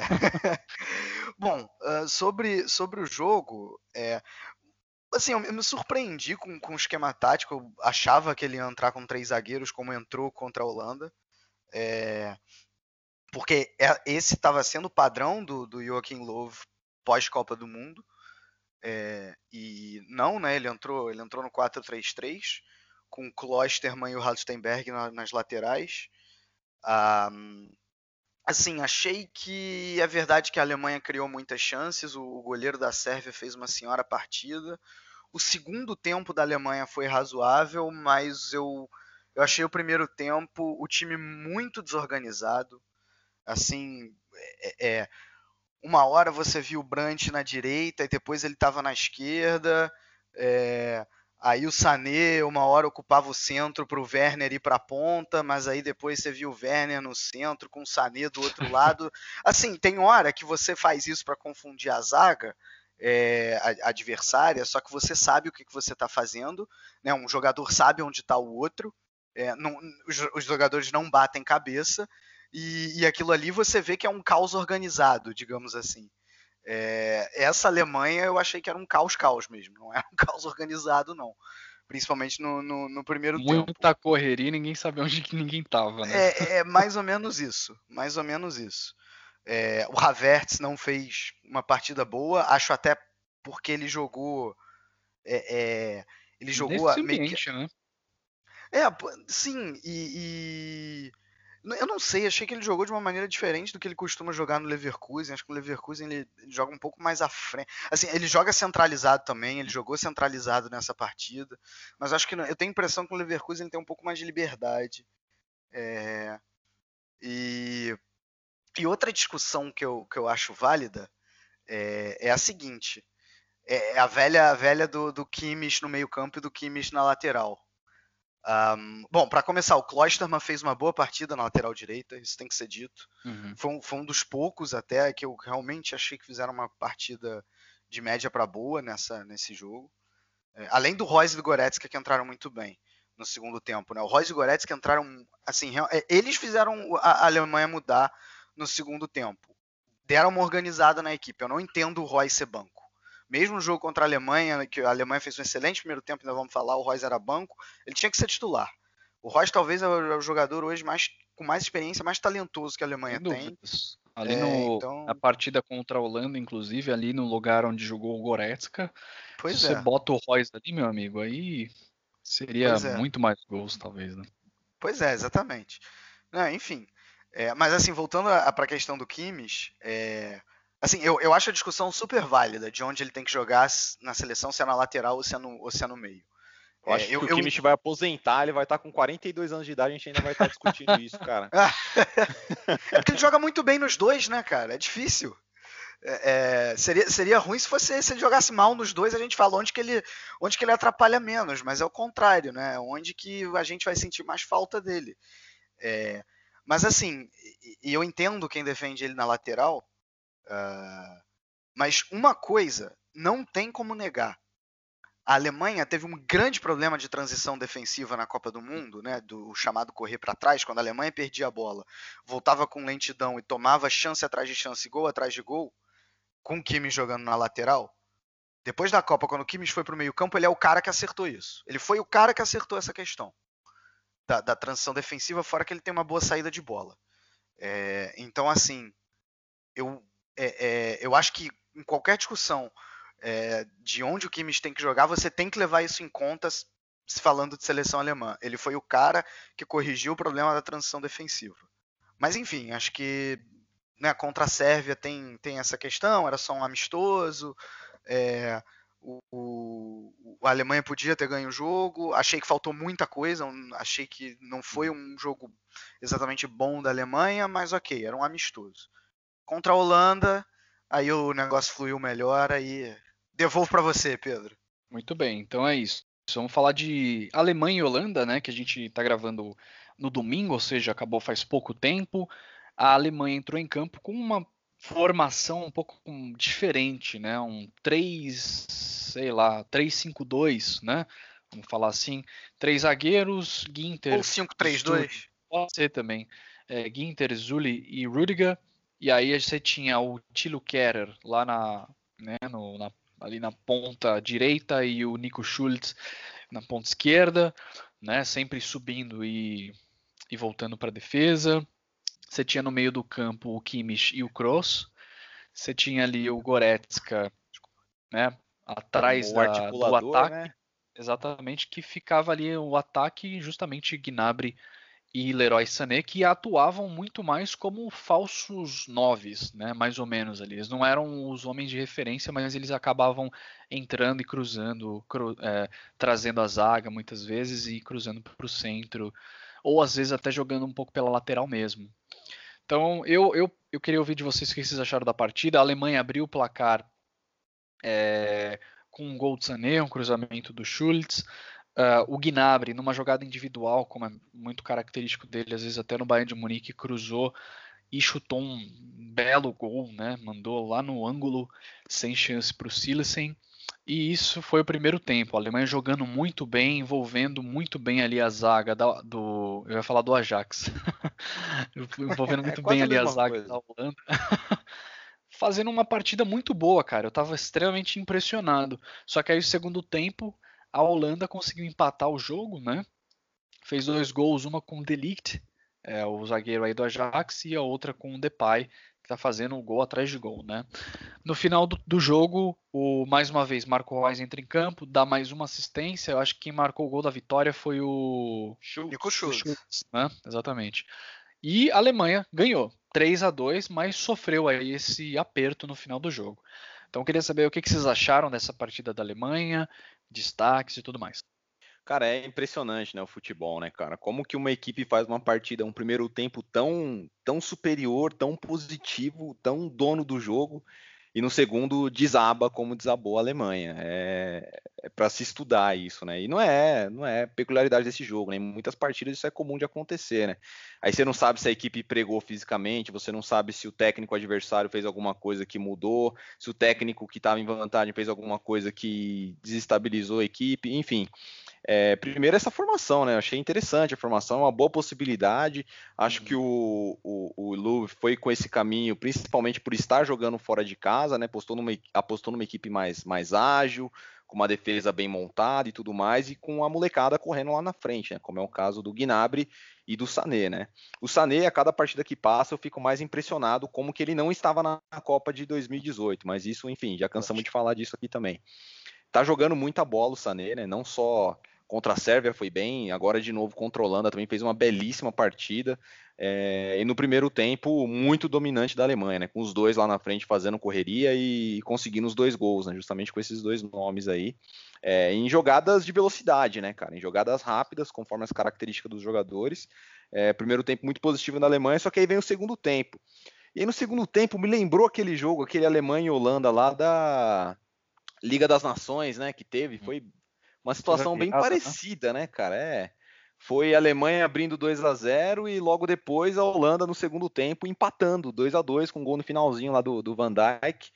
Bom, sobre o jogo, assim, eu me surpreendi com o esquema tático. Eu achava que ele ia entrar com 3 zagueiros, como entrou contra a Holanda. Porque esse estava sendo o padrão do Joachim Löw pós-Copa do Mundo. E não, né? Ele entrou no 4-3-3 com o Klosterman e o Halstenberg nas laterais. Assim, achei que é verdade que a Alemanha criou muitas chances, o goleiro da Sérvia fez uma senhora partida. O segundo tempo da Alemanha foi razoável, mas eu achei o primeiro tempo o time muito desorganizado. Assim, uma hora você viu o Brandt na direita e depois ele estava na esquerda. Aí o Sané uma hora ocupava o centro para o Werner ir para a ponta, mas aí depois você viu o Werner no centro com o Sané do outro lado. Assim, tem hora que você faz isso para confundir a zaga adversária, só que você sabe o que você está fazendo, né? Um jogador sabe onde está o outro, os jogadores não batem cabeça, e aquilo ali você vê que é um caos organizado, digamos assim. Essa Alemanha eu achei que era um caos mesmo, não era um caos organizado não, principalmente no primeiro tempo. Muita correria, ninguém sabia onde que ninguém estava, né? Mais ou menos isso. O Havertz não fez uma partida boa, acho até porque ele jogou Nesse ambiente, né? Sim, eu não sei, achei que ele jogou de uma maneira diferente do que ele costuma jogar no Leverkusen. Acho que o Leverkusen ele joga um pouco mais à frente. Assim, ele joga centralizado também, ele jogou centralizado nessa partida, mas acho que eu tenho a impressão que o Leverkusen ele tem um pouco mais de liberdade. E outra discussão que eu acho válida é a seguinte: a velha do Kimmich no meio-campo e do Kimmich na lateral. Bom, para começar, o Klosterman fez uma boa partida na lateral direita, isso tem que ser dito. Foi um dos poucos até que eu realmente achei que fizeram uma partida de média para boa nesse jogo. Além do Reus e do Goretzka, que entraram muito bem no segundo tempo, né? O Reus e o Goretzka entraram, assim, eles fizeram a Alemanha mudar no segundo tempo. Deram uma organizada na equipe. Eu não entendo o Reus ser banco. Mesmo no jogo contra a Alemanha, que a Alemanha fez um excelente primeiro tempo, ainda vamos falar, o Reus era banco, ele tinha que ser titular. O Reus talvez é o jogador hoje com mais experiência, mais talentoso que a Alemanha tem. Ali na partida contra a Holanda, inclusive, ali no lugar onde jogou o Goretzka, se você bota o Reus ali, meu amigo, aí seria muito mais gols, talvez, né? Pois é, exatamente. Enfim, mas assim, voltando para a questão do Kimmich, Assim, eu acho a discussão super válida de onde ele tem que jogar na seleção, se é na lateral ou se é no meio. Eu acho que o Kimmich vai aposentar, ele vai estar com 42 anos de idade, a gente ainda vai estar discutindo isso, cara. É porque ele joga muito bem nos dois, né, cara? É difícil. Seria ruim se ele jogasse mal nos dois, a gente fala onde que ele atrapalha menos, mas é o contrário, né? Onde que a gente vai sentir mais falta dele. Mas assim, e eu entendo quem defende ele na lateral, mas uma coisa não tem como negar. A Alemanha teve um grande problema de transição defensiva na Copa do Mundo, né, do chamado correr para trás, quando a Alemanha perdia a bola, voltava com lentidão e tomava chance atrás de chance, gol atrás de gol, com o Kimmich jogando na lateral. Depois da Copa, quando o Kimmich foi para o meio-campo, ele é o cara que acertou isso. Ele foi o cara que acertou essa questão da transição defensiva, fora que ele tem uma boa saída de bola. Então, assim, eu acho que em qualquer discussão de onde o Kimmich tem que jogar, você tem que levar isso em conta se falando de seleção alemã. Ele foi o cara que corrigiu o problema da transição defensiva. Mas enfim, acho que, né, contra a Sérvia tem essa questão, era só um amistoso, a Alemanha podia ter ganho o jogo, achei que faltou muita coisa, achei que não foi um jogo exatamente bom da Alemanha, mas ok, era um amistoso. Contra a Holanda, aí o negócio fluiu melhor, aí devolvo para você, Pedro. Muito bem, então é isso. Vamos falar de Alemanha e Holanda, né? Que a gente está gravando no domingo, ou seja, acabou faz pouco tempo. A Alemanha entrou em campo com uma formação um pouco diferente, né? Um 3-5-2, né? Vamos falar assim. 3 zagueiros, Ginter. Ou 5-3-2. Pode ser também. Ginter, Zuli e Rüdiger. E aí você tinha o Thilo Kehrer lá ali na ponta direita e o Nico Schulz na ponta esquerda, né, sempre subindo e voltando para a defesa. Você tinha no meio do campo o Kimmich e o Kroos. Você tinha ali o Goretzka, né, atrás do ataque. Né? Exatamente, que ficava ali o ataque justamente Gnabry e Leroy Sané, que atuavam muito mais como falsos noves, né? Mais ou menos ali. Eles não eram os homens de referência, mas eles acabavam entrando e cruzando, trazendo a zaga muitas vezes e cruzando para o centro, ou às vezes até jogando um pouco pela lateral mesmo. Então eu queria ouvir de vocês o que vocês acharam da partida. A Alemanha abriu o placar com um gol de Sané, um cruzamento do Schulz. O Gnabry, numa jogada individual, como é muito característico dele, às vezes até no Bayern de Munique, cruzou e chutou um belo gol, né? Mandou lá no ângulo, sem chance para o Silensen. E isso foi o primeiro tempo. A Alemanha jogando muito bem, envolvendo muito bem ali a zaga eu ia falar do Ajax. Envolvendo muito bem ali a zaga da Holanda. Fazendo uma partida muito boa, cara. Eu estava extremamente impressionado. Só que aí, no segundo tempo, a Holanda conseguiu empatar o jogo, né? Fez 2 gols, uma com o De Ligt, o zagueiro aí do Ajax, e a outra com o Depay, que tá fazendo um gol atrás de gol, né? No final do jogo, mais uma vez, Marco Reus entra em campo, dá mais uma assistência. Eu acho que quem marcou o gol da vitória foi o Nico Schulz, né? Exatamente. E a Alemanha ganhou 3-2, mas sofreu aí esse aperto no final do jogo. Então eu queria saber o que vocês acharam dessa partida da Alemanha, destaques e tudo mais. Cara, é impressionante, né, o futebol, né, cara? Como que uma equipe faz uma partida, um primeiro tempo tão superior, tão positivo, tão dono do jogo, e no segundo desaba como desabou a Alemanha. É para se estudar isso, né? E não é peculiaridade desse jogo, né? Em muitas partidas isso é comum de acontecer, né? Aí você não sabe se a equipe pregou fisicamente, você não sabe se o técnico adversário fez alguma coisa que mudou, se o técnico que estava em vantagem fez alguma coisa que desestabilizou a equipe, enfim. Primeiro essa formação, né? Eu achei interessante a formação, é uma boa possibilidade. Acho que o Löw foi com esse caminho, principalmente por estar jogando fora de casa, né? Apostou numa equipe mais ágil, com uma defesa bem montada e tudo mais, e com a molecada correndo lá na frente, né? Como é o caso do Gnabry e do Sané, né? O Sané, a cada partida que passa, eu fico mais impressionado como que ele não estava na Copa de 2018, mas isso, enfim, já cansamos de falar disso aqui também. Tá jogando muita bola o Sané, né? Não só contra a Sérvia foi bem, agora de novo contra a Holanda também fez uma belíssima partida. E no primeiro tempo, muito dominante da Alemanha, né? Com os dois lá na frente fazendo correria e conseguindo os 2 gols, né? Justamente com esses 2 nomes aí. Em jogadas de velocidade, né, cara? Em jogadas rápidas, conforme as características dos jogadores. Primeiro tempo muito positivo na Alemanha, só que aí vem o segundo tempo. E aí no segundo tempo me lembrou aquele jogo, aquele Alemanha e Holanda lá da Liga das Nações, né? Que teve. Foi uma situação bem parecida, né, cara? Foi a Alemanha abrindo 2-0 e logo depois a Holanda no segundo tempo empatando 2-2 com um gol no finalzinho lá do Van Dijk.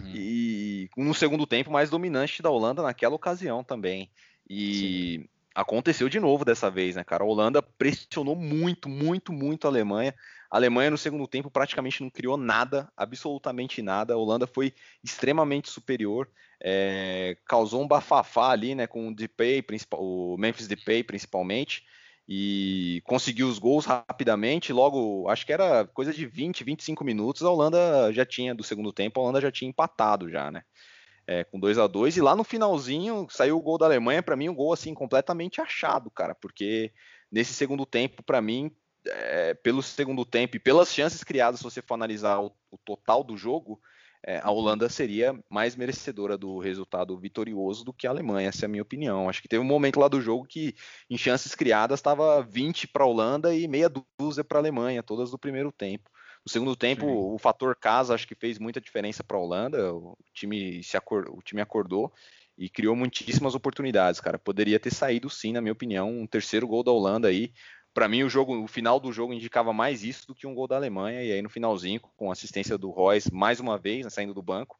E no segundo tempo mais dominante da Holanda naquela ocasião também. E sim, aconteceu de novo dessa vez, né, cara? A Holanda pressionou muito, muito, muito a Alemanha. A Alemanha no segundo tempo praticamente não criou nada, absolutamente nada. A Holanda foi extremamente superior. Causou um bafafá ali, né, com o Memphis Depay principalmente, e conseguiu os gols rapidamente. Logo, acho que era coisa de 20, 25 minutos, a Holanda já tinha, do segundo tempo, a Holanda já tinha empatado já, né? Com 2-2, e lá no finalzinho saiu o gol da Alemanha, para mim um gol assim completamente achado, cara, porque nesse segundo tempo, para mim, pelo segundo tempo e pelas chances criadas, se você for analisar o total do jogo, a Holanda seria mais merecedora do resultado vitorioso do que a Alemanha, essa é a minha opinião. Acho que teve um momento lá do jogo que em chances criadas estava 20 para a Holanda e meia dúzia para a Alemanha, todas do primeiro tempo. No segundo tempo, sim, o fator casa acho que fez muita diferença para a Holanda. O time acordou e criou muitíssimas oportunidades, cara. Poderia ter saído sim, na minha opinião, um terceiro gol da Holanda aí. Para mim, o final do jogo indicava mais isso do que um gol da Alemanha. E aí no finalzinho, com assistência do Reus, mais uma vez, né, saindo do banco,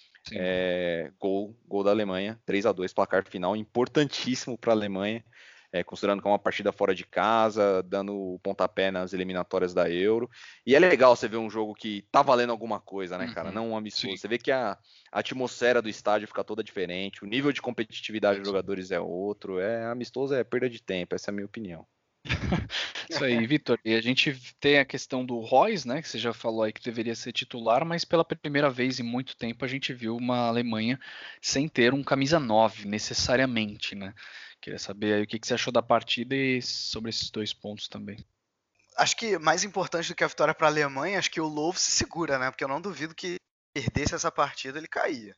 gol da Alemanha, 3-2, placar final importantíssimo para a Alemanha. Considerando que é uma partida fora de casa, dando o pontapé nas eliminatórias da Euro. E é legal você ver um jogo que tá valendo alguma coisa, né, cara? Não um amistoso. Sim. Você vê que a atmosfera do estádio fica toda diferente, o nível de competitividade dos jogadores é outro. Amistoso é perda de tempo, essa é a minha opinião. Isso aí, Vitor. E a gente tem a questão do Reus, né, que você já falou aí que deveria ser titular, mas pela primeira vez em muito tempo a gente viu uma Alemanha sem ter um camisa 9 necessariamente, né? Queria saber aí o que você achou da partida e sobre esses 2 pontos também. Acho que mais importante do que a vitória para a Alemanha, acho que o Löw se segura, né? Porque eu não duvido que perdesse essa partida ele caía.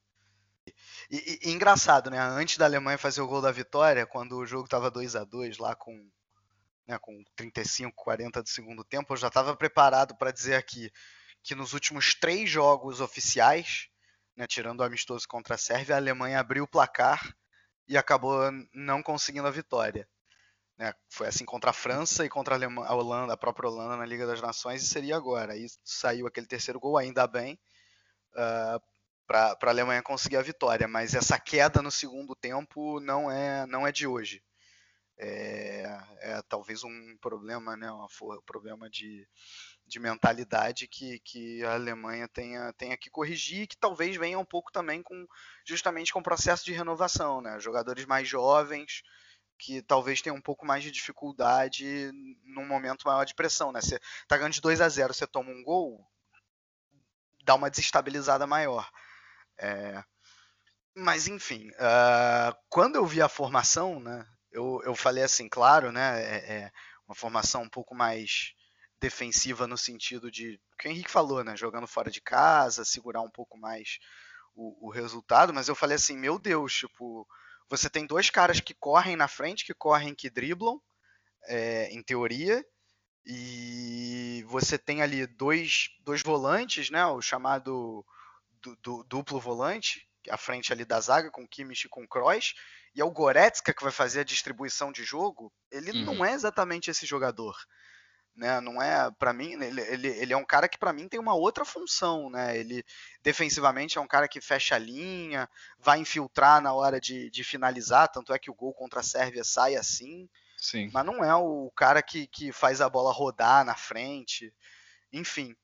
E engraçado, né? Antes da Alemanha fazer o gol da vitória, quando o jogo estava 2-2 lá com 35, 40 do segundo tempo, eu já estava preparado para dizer aqui que nos últimos 3 jogos oficiais, né, tirando o amistoso contra a Sérvia, a Alemanha abriu o placar e acabou não conseguindo a vitória. Né? Foi assim contra a França e contra a Holanda, a própria Holanda na Liga das Nações, e seria agora. Aí saiu aquele terceiro gol, ainda bem, para a Alemanha conseguir a vitória. Mas essa queda no segundo tempo não é de hoje. Talvez um problema, né, um problema de mentalidade que a Alemanha tenha que corrigir, que talvez venha um pouco também justamente com o processo de renovação, né? Jogadores mais jovens que talvez tenham um pouco mais de dificuldade num momento maior de pressão, né? Você tá ganhando de 2-0, você toma um gol, dá uma desestabilizada maior. Mas enfim, quando eu vi a formação, né, eu falei assim, claro, né, uma formação um pouco mais defensiva no sentido de o que o Henrique falou, né, jogando fora de casa, segurar um pouco mais o resultado, mas eu falei assim, meu Deus, tipo, você tem 2 caras que correm na frente, que driblam, em teoria, e você tem ali dois volantes, né, o chamado duplo volante, à frente ali da zaga, com Kimmich e com Kroos, e é o Goretzka que vai fazer a distribuição de jogo. Ele não é exatamente esse jogador, né? Não é, para mim, ele é um cara que para mim tem uma outra função, né? Ele defensivamente é um cara que fecha a linha, vai infiltrar na hora de finalizar, tanto é que o gol contra a Sérvia sai assim. Sim. Mas não é o cara que faz a bola rodar na frente, enfim.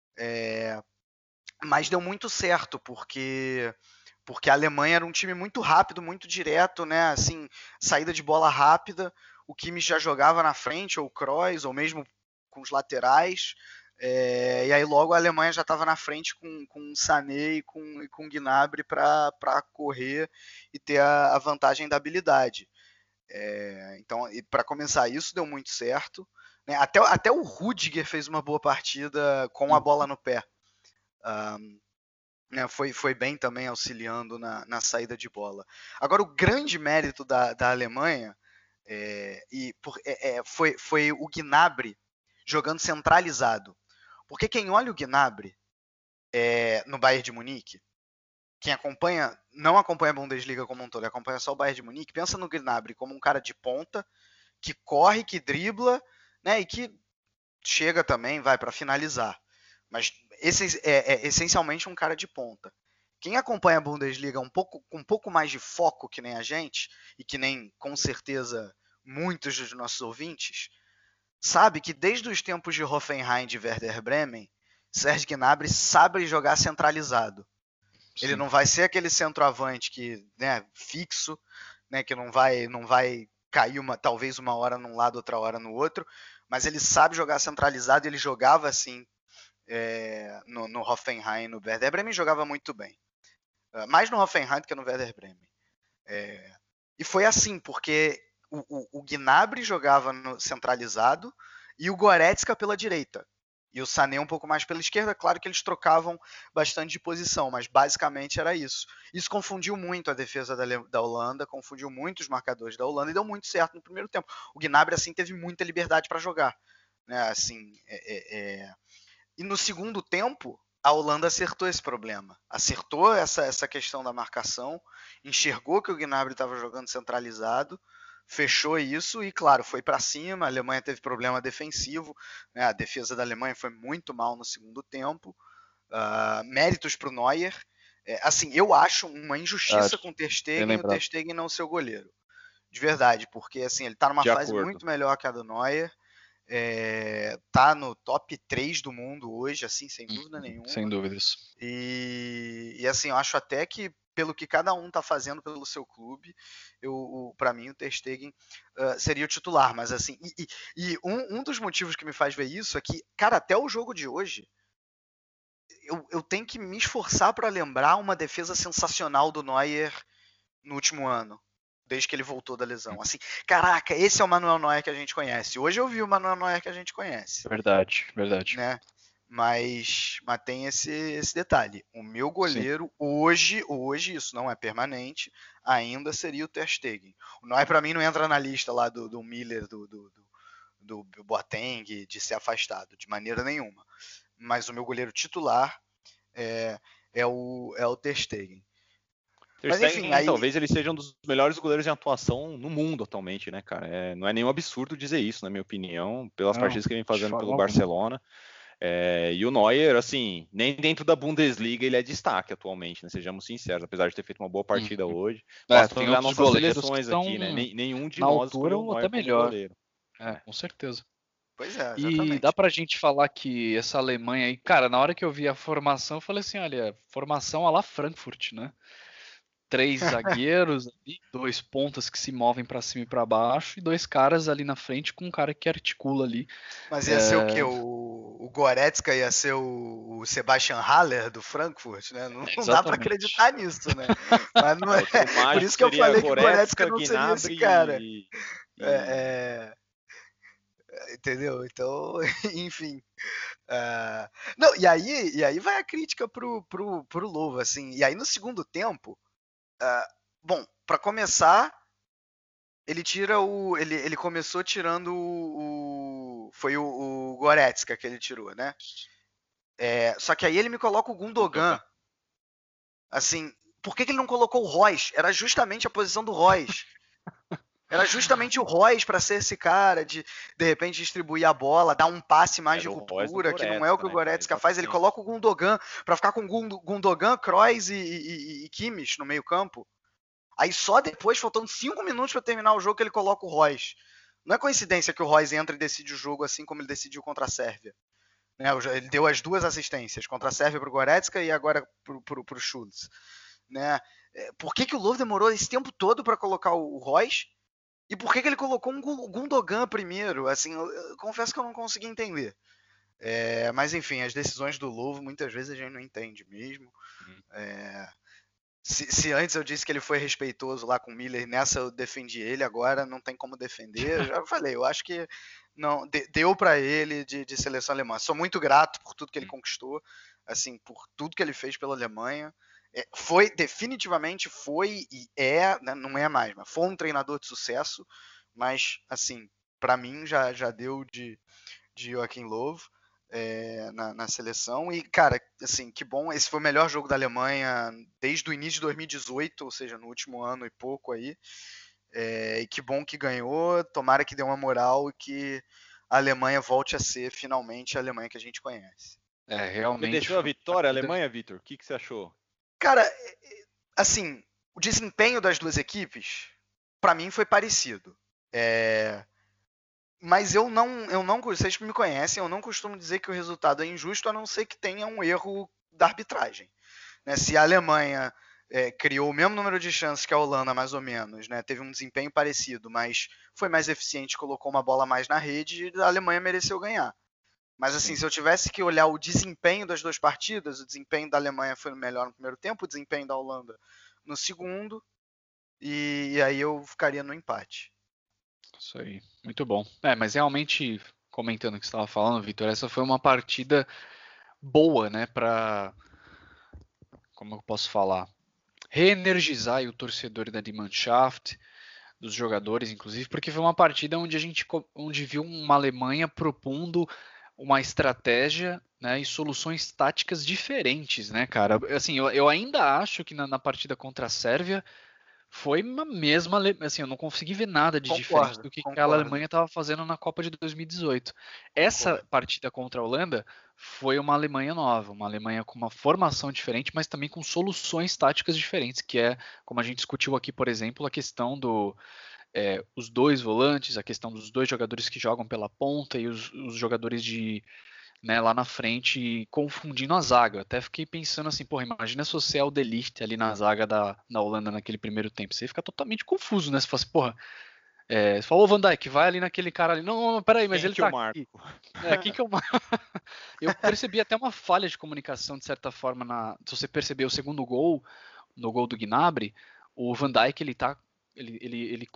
Mas deu muito certo, porque a Alemanha era um time muito rápido, muito direto, né? Assim, saída de bola rápida, o Kimmich já jogava na frente, ou o Kroos, ou mesmo com os laterais, e aí logo a Alemanha já estava na frente com o Sané e com o Gnabry para correr e ter a vantagem da habilidade. Então, para começar, isso deu muito certo. né? Até o Rudiger fez uma boa partida com a bola no pé. Né? Foi bem também auxiliando na saída de bola. Agora, o grande mérito da Alemanha foi o Gnabry jogando centralizado. Porque quem olha o Gnabry no Bayern de Munique, quem não acompanha a Bundesliga como um todo, acompanha só o Bayern de Munique, pensa no Gnabry como um cara de ponta, que corre, que dribla, né, e que chega também, vai para finalizar. Mas essencialmente um cara de ponta. Quem acompanha a Bundesliga com um pouco mais de foco que nem a gente, e que nem, com certeza, muitos dos nossos ouvintes, sabe que desde os tempos de Hoffenheim e de Werder Bremen, Serge Gnabry sabe jogar centralizado. Sim. Ele não vai ser aquele centroavante que, né, fixo, né, que não vai cair talvez uma hora num lado, outra hora no outro, mas ele sabe jogar centralizado. Ele jogava assim no Hoffenheim, no Werder Bremen jogava muito bem. Mais no Hoffenheim do que no Werder Bremen. E foi assim, porque o Gnabry jogava no centralizado e o Goretzka pela direita. E o Sané um pouco mais pela esquerda. Claro que eles trocavam bastante de posição, mas basicamente era isso. Isso confundiu muito a defesa da Holanda, confundiu muito os marcadores da Holanda e deu muito certo no primeiro tempo. O Gnabry, assim, teve muita liberdade para jogar. Né? Assim, E no segundo tempo, a Holanda acertou esse problema. Acertou essa questão da marcação, enxergou que o Gnabry estava jogando centralizado, fechou isso e, claro, foi para cima. A Alemanha teve problema defensivo, né? A defesa da Alemanha foi muito mal no segundo tempo. Méritos para o Neuer. Assim, eu acho uma injustiça com o Ter Stegen e o Ter Stegen não ser o goleiro. De verdade, porque assim, ele está numa fase muito melhor que a do Neuer. Tá no top 3 do mundo hoje, assim, sem dúvida nenhuma. Sem dúvidas. E assim, eu acho até que pelo que cada um tá fazendo pelo seu clube, para mim o Ter Stegen seria o titular, mas assim, um dos motivos que me faz ver isso é que, cara, até o jogo de hoje eu tenho que me esforçar para lembrar uma defesa sensacional do Neuer no último ano, desde que ele voltou da lesão. Assim, caraca, esse é o Manuel Neuer que a gente conhece. Hoje eu vi o Manuel Neuer que a gente conhece. Verdade. Né? Mas tem esse detalhe. O meu goleiro hoje, isso não é permanente, ainda seria o Ter Stegen. O Neuer para mim não entra na lista lá do Miller, do Boateng, de ser afastado, de maneira nenhuma. Mas o meu goleiro titular é o Ter Stegen. Mas, enfim, talvez ele seja um dos melhores goleiros em atuação no mundo atualmente, né, cara? Não é nenhum absurdo dizer isso, na minha opinião, pelas partidas que ele vem fazendo pelo Barcelona. E o Neuer, assim, nem dentro da Bundesliga ele é destaque atualmente, né? Sejamos sinceros, apesar de ter feito uma boa partida hoje. Basta olhar nossas seleções aqui, né? Nenhum de nós foi o Neuer até melhor. Goleiro. Com certeza. Pois é, exatamente. E dá pra gente falar que essa Alemanha aí, cara, na hora que eu vi a formação, eu falei assim, olha, formação à la Frankfurt, né? 3 zagueiros, 2 pontas que se movem para cima e para baixo e 2 caras ali na frente com um cara que articula ali. Mas ia ser o quê? O Goretzka ia ser o Sebastian Haller do Frankfurt, né? Não dá para acreditar nisso, né? Mas não é. Por isso que eu falei que o Goretzka não seria esse cara. Entendeu? Então, enfim. Não, e aí vai a crítica pro Löw, assim. E aí no segundo tempo, bom, para começar, ele começou tirando foi o Goretzka que ele tirou, né? Só que aí ele me coloca o Gundogan. Assim, por que ele não colocou o Reus? Era justamente a posição do Reus. Era justamente o Reus para ser esse cara de repente distribuir a bola, dar um passe mais de ruptura, que não é o que o Goretzka faz. Ele coloca o Gundogan para ficar com Gundogan, Kroos e Kimmich no meio-campo. Aí só depois, faltando 5 minutos para terminar o jogo, que ele coloca o Reus. Não é coincidência que o Reus entra e decide o jogo assim como ele decidiu contra a Sérvia. Né? Ele deu as 2 assistências, contra a Sérvia para o Goretzka e agora para o Schultz. Né? Por que o Löw demorou esse tempo todo para colocar o Reus? E por que ele colocou um Gundogan primeiro? Assim, eu confesso que eu não consegui entender. Mas enfim, as decisões do Löw muitas vezes a gente não entende mesmo. Se antes eu disse que ele foi respeitoso lá com o Miller, nessa eu defendi ele, agora não tem como defender. Eu já falei, eu acho que não deu para ele de seleção alemã. Sou muito grato por tudo que ele conquistou, assim, por tudo que ele fez pela Alemanha. Definitivamente foi e né, não é mais, mas foi um treinador de sucesso, mas assim, para mim já deu de Joachim Löw. Na seleção, e cara, assim, que bom, esse foi o melhor jogo da Alemanha desde o início de 2018, ou seja, no último ano e pouco aí, e que bom que ganhou, tomara que dê uma moral e que a Alemanha volte a ser finalmente a Alemanha que a gente conhece. Realmente. Você deixou a vitória, a Alemanha, Vitor? O que você achou? Cara, assim, o desempenho das duas equipes, para mim foi parecido. Mas eu não, vocês me conhecem, eu não costumo dizer que o resultado é injusto, a não ser que tenha um erro da arbitragem. Né? Se a Alemanha criou o mesmo número de chances que a Holanda, mais ou menos, né? Teve um desempenho parecido, mas foi mais eficiente, colocou uma bola mais na rede, a Alemanha mereceu ganhar. Mas assim, se eu tivesse que olhar o desempenho das duas partidas, o desempenho da Alemanha foi melhor no primeiro tempo, o desempenho da Holanda no segundo, e aí eu ficaria no empate. Isso aí, muito bom. Mas realmente, comentando o que você estava falando, Vitor, essa foi uma partida boa, né, como eu posso falar, reenergizar o torcedor da Mannschaft, dos jogadores, inclusive, porque foi uma partida onde viu uma Alemanha propondo uma estratégia, né, e soluções táticas diferentes, né, cara? Assim, eu ainda acho que na partida contra a Sérvia foi uma mesma, assim, eu não consegui ver nada de diferente do que a Alemanha estava fazendo na Copa de 2018. Essa partida contra a Holanda foi uma Alemanha nova, uma Alemanha com uma formação diferente, mas também com soluções táticas diferentes, que é, como a gente discutiu aqui, por exemplo, a questão os dois volantes, a questão dos dois jogadores que jogam pela ponta e os jogadores lá na frente confundindo a zaga. Eu até fiquei pensando assim, porra, imagina se você é o De Ligt ali na zaga da Holanda naquele primeiro tempo. Você fica totalmente confuso, né? Você fala assim, porra, você falou, Van Dijk, vai ali naquele cara ali. Não, peraí, mas ele tá aqui. Quem que eu marco? Eu percebi até uma falha de comunicação, de certa forma, se você perceber o segundo gol, no gol do Gnabry, o Van Dijk, ele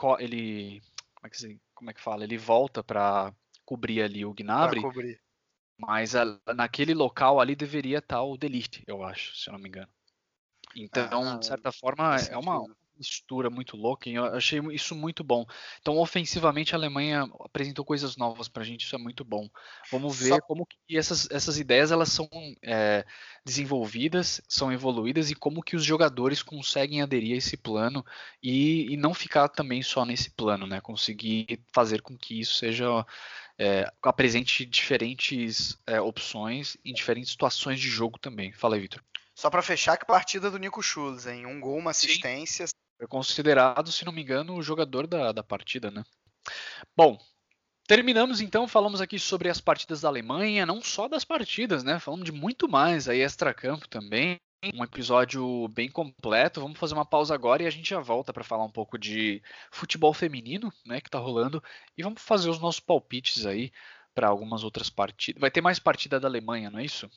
como é que fala? Ele volta para cobrir ali o Gnabry. Mas naquele local ali deveria estar o De Ligt, eu acho, se eu não me engano. Então, de certa forma, é uma mistura muito louca e eu achei isso muito bom. Então, ofensivamente, a Alemanha apresentou coisas novas pra gente, isso é muito bom. Vamos ver como que essas ideias elas são desenvolvidas, são evoluídas e como que os jogadores conseguem aderir a esse plano e não ficar também só nesse plano, né? Conseguir fazer com que isso seja... apresente diferentes opções em diferentes situações de jogo também. Fala aí, Vitor. Só para fechar, que partida do Nico Schulz, hein? Um gol, uma assistência. Sim. Foi considerado, se não me engano, o jogador da partida, né? Bom, terminamos então, falamos aqui sobre as partidas da Alemanha, não só das partidas, né? Falamos de muito mais aí, extracampo também. Um episódio bem completo. Vamos fazer uma pausa agora e a gente já volta para falar um pouco de futebol feminino, né, que tá rolando, e vamos fazer os nossos palpites aí para algumas outras partidas. Vai ter mais partida da Alemanha, não é isso?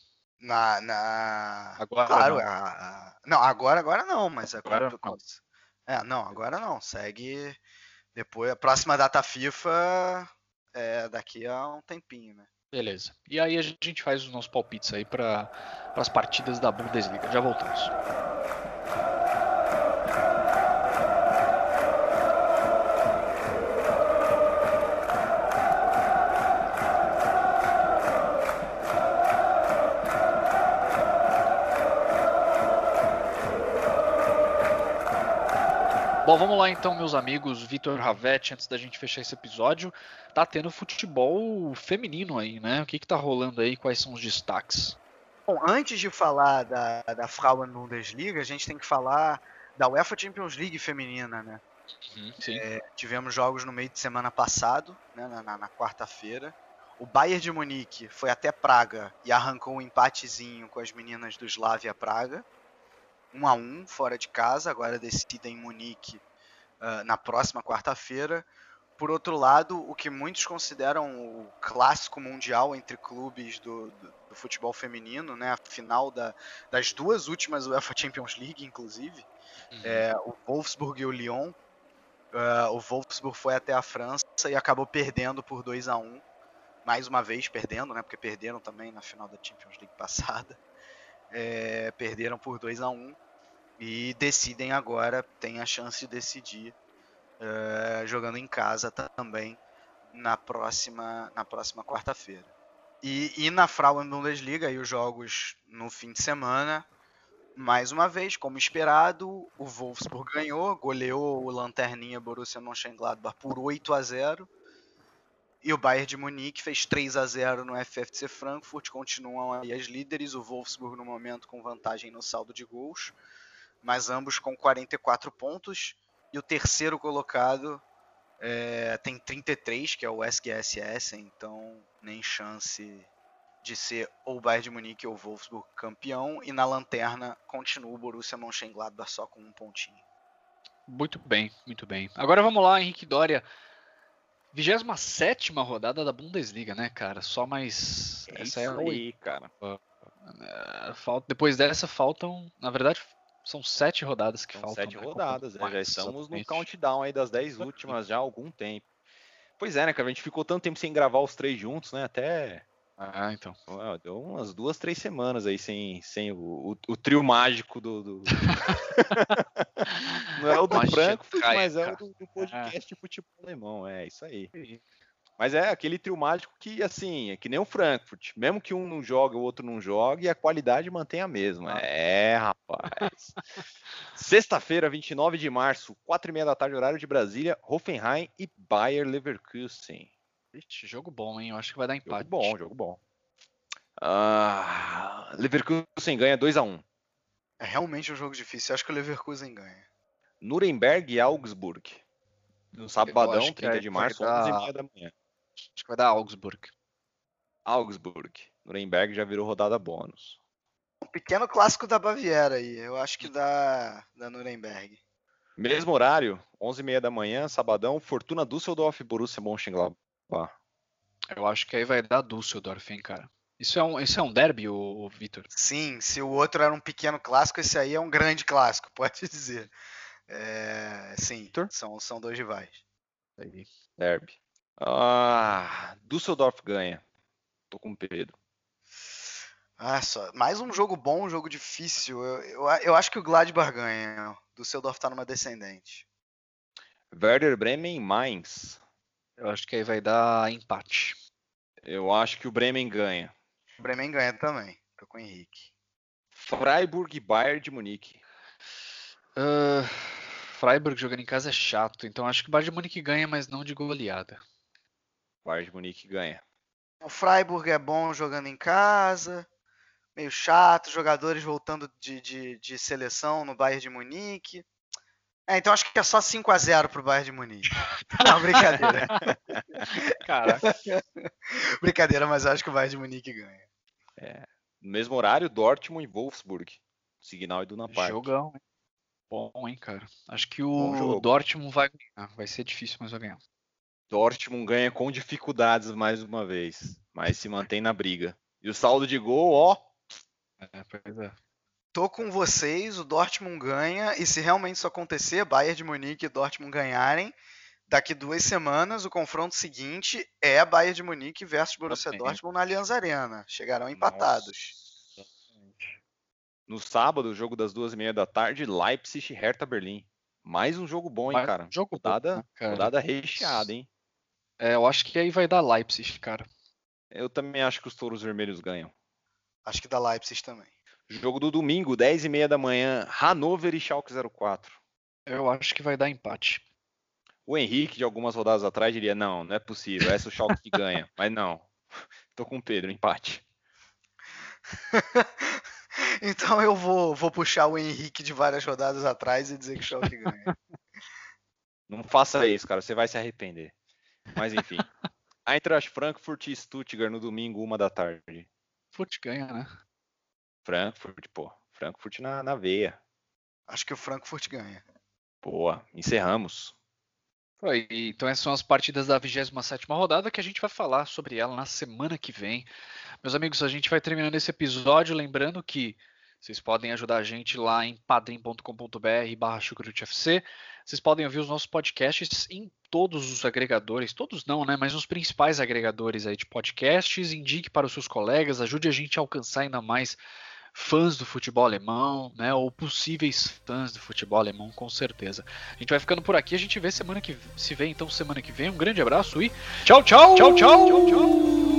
Agora claro, não. Agora não, mas agora não. Não, agora não. Segue depois a próxima data FIFA daqui a um tempinho, né? Beleza. E aí a gente faz os nossos palpites aí para as partidas da Bundesliga. Já voltamos. Bom, vamos lá então, meus amigos. Vitor Ravetti, antes da gente fechar esse episódio, tá tendo futebol feminino aí, né? O que tá rolando aí? Quais são os destaques? Bom, antes de falar da Frauen Bundesliga, a gente tem que falar da UEFA Champions League feminina, né? Sim. Tivemos jogos no meio de semana passado, né, na quarta-feira. O Bayern de Munique foi até Praga e arrancou um empatezinho com as meninas do Slavia Praga. 1-1 fora de casa, agora decide em Munique na próxima quarta-feira. por outro lado, o que muitos consideram o clássico mundial entre clubes do futebol feminino, né? A final das duas últimas UEFA Champions League, inclusive, o Wolfsburg e o Lyon. O Wolfsburg foi até a França e acabou perdendo por 2-1. Mais uma vez perdendo, né? Porque perderam também na final da Champions League passada. Perderam por 2-1 e decidem agora, tem a chance de decidir jogando em casa também na próxima quarta-feira. E na Frauen Bundesliga, aí os jogos no fim de semana, mais uma vez, como esperado, o Wolfsburg ganhou, goleou o Lanterninha Borussia Mönchengladbach por 8-0. E o Bayern de Munique fez 3-0 no FFC Frankfurt, continuam aí as líderes, o Wolfsburg no momento com vantagem no saldo de gols, mas ambos com 44 pontos, e o terceiro colocado tem 33, que é o SGSS, então nem chance de ser ou o Bayern de Munique ou o Wolfsburg campeão, e na lanterna continua o Borussia Mönchengladbach só com um pontinho. Muito bem, muito bem. Agora vamos lá, Henrique Doria. 27ª rodada da Bundesliga, né, cara? Só mais... Essa é aí, cara. Depois dessa faltam... Na verdade, são 7 rodadas que faltam. 7 rodadas, né? Já estamos no countdown aí das 10 últimas já há algum tempo. Pois é, né, cara? A gente ficou tanto tempo sem gravar os 3 juntos, né? Até... então. Deu umas 2-3 semanas aí sem o trio mágico do... Não é o do Frankfurt, mas é o do podcast de futebol alemão. É isso aí. Mas é aquele trio mágico que, assim, é que nem o Frankfurt. Mesmo que um não joga, o outro não joga, e a qualidade mantém a mesma. Rapaz. Sexta-feira, 29 de março, 4h30 da tarde, horário de Brasília, Hoffenheim e Bayer Leverkusen. Ixi, jogo bom, hein? Eu acho que vai dar empate. Jogo bom. Leverkusen ganha 2-1. É realmente um jogo difícil. Eu acho que o Leverkusen ganha. Nuremberg e Augsburg. No sabadão, 30 de março, 11h30 da manhã. Acho que vai dar Augsburg. Nuremberg já virou rodada bônus. Um pequeno clássico da Baviera aí. Eu acho que dá Nuremberg. Mesmo horário, 11h30 da manhã, sabadão, Fortuna Düsseldorf e Borussia Mönchengladbach. Eu acho que aí vai dar Düsseldorf, hein, cara. Isso é um derby, o Vitor? Sim, se o outro era um pequeno clássico, esse aí é um grande clássico, pode dizer. Sim, são 2 rivais. Derby. Düsseldorf ganha. Tô com Pedro. Mais um jogo bom, um jogo difícil. Eu acho que o Gladbach ganha. O Düsseldorf tá numa descendente. Werder Bremen e Mainz. Eu acho que aí vai dar empate. Eu acho que o Bremen ganha. O Bremen ganha também. Tô com o Henrique. Freiburg e Bayern de Munique. Freiburg jogando em casa é chato, então acho que o Bayern de Munique ganha, mas não de goleada. Bayern de Munique ganha. O Freiburg é bom jogando em casa, meio chato, jogadores voltando de seleção no Bayern de Munique. Então acho que é só 5-0 pro Bayern de Munique. Não, brincadeira. Caraca. Brincadeira, mas eu acho que o Bayern de Munique ganha. No mesmo horário, Dortmund e Wolfsburg. Signal Iduna Park. Jogão, hein? Bom, hein, cara. Acho que o Dortmund vai ganhar. Vai ser difícil, mas vai ganhar. Dortmund ganha com dificuldades mais uma vez, mas se mantém na briga. E o saldo de gol, Pois é. Tô com vocês, o Dortmund ganha, e se realmente isso acontecer, Bayern de Munique e Dortmund ganharem, daqui 2 semanas o confronto seguinte é Bayern de Munique versus Borussia Dortmund na Allianz Arena. Chegarão empatados. No sábado, o jogo das 2h30 da tarde, Leipzig e Hertha Berlim. Mais um jogo bom, hein, cara? Rodada recheada, hein? Eu acho que aí vai dar Leipzig, cara. Eu também acho que os Touros Vermelhos ganham. Acho que dá Leipzig também. Jogo do domingo, 10h30 da manhã, Hannover e Schalke 04. Eu acho que vai dar empate. O Henrique, de algumas rodadas atrás, diria, não é possível, essa é o Schalke que ganha. Mas não, tô com o Pedro, empate. Então eu vou puxar o Henrique de várias rodadas atrás e dizer que o Schalke ganha. Não faça isso, cara, você vai se arrepender. Mas enfim. Eintracht Frankfurt e Stuttgart no domingo, 1h da tarde. Frankfurt ganha, né? Frankfurt na veia. Acho que o Frankfurt ganha. Boa, encerramos. Então essas são as partidas da 27ª rodada que a gente vai falar sobre ela na semana que vem. Meus amigos, a gente vai terminando esse episódio, lembrando que vocês podem ajudar a gente lá em padrim.com.br/chucrutefc. Vocês podem ouvir os nossos podcasts em todos os agregadores, todos não, né? Mas nos principais agregadores aí de podcasts. Indique para os seus colegas, ajude a gente a alcançar ainda mais fãs do futebol alemão, né? Ou possíveis fãs do futebol alemão, com certeza. A gente vai ficando por aqui, a gente vê semana que vem. Então semana que vem, um grande abraço e tchau, tchau, tchau, tchau, tchau, tchau.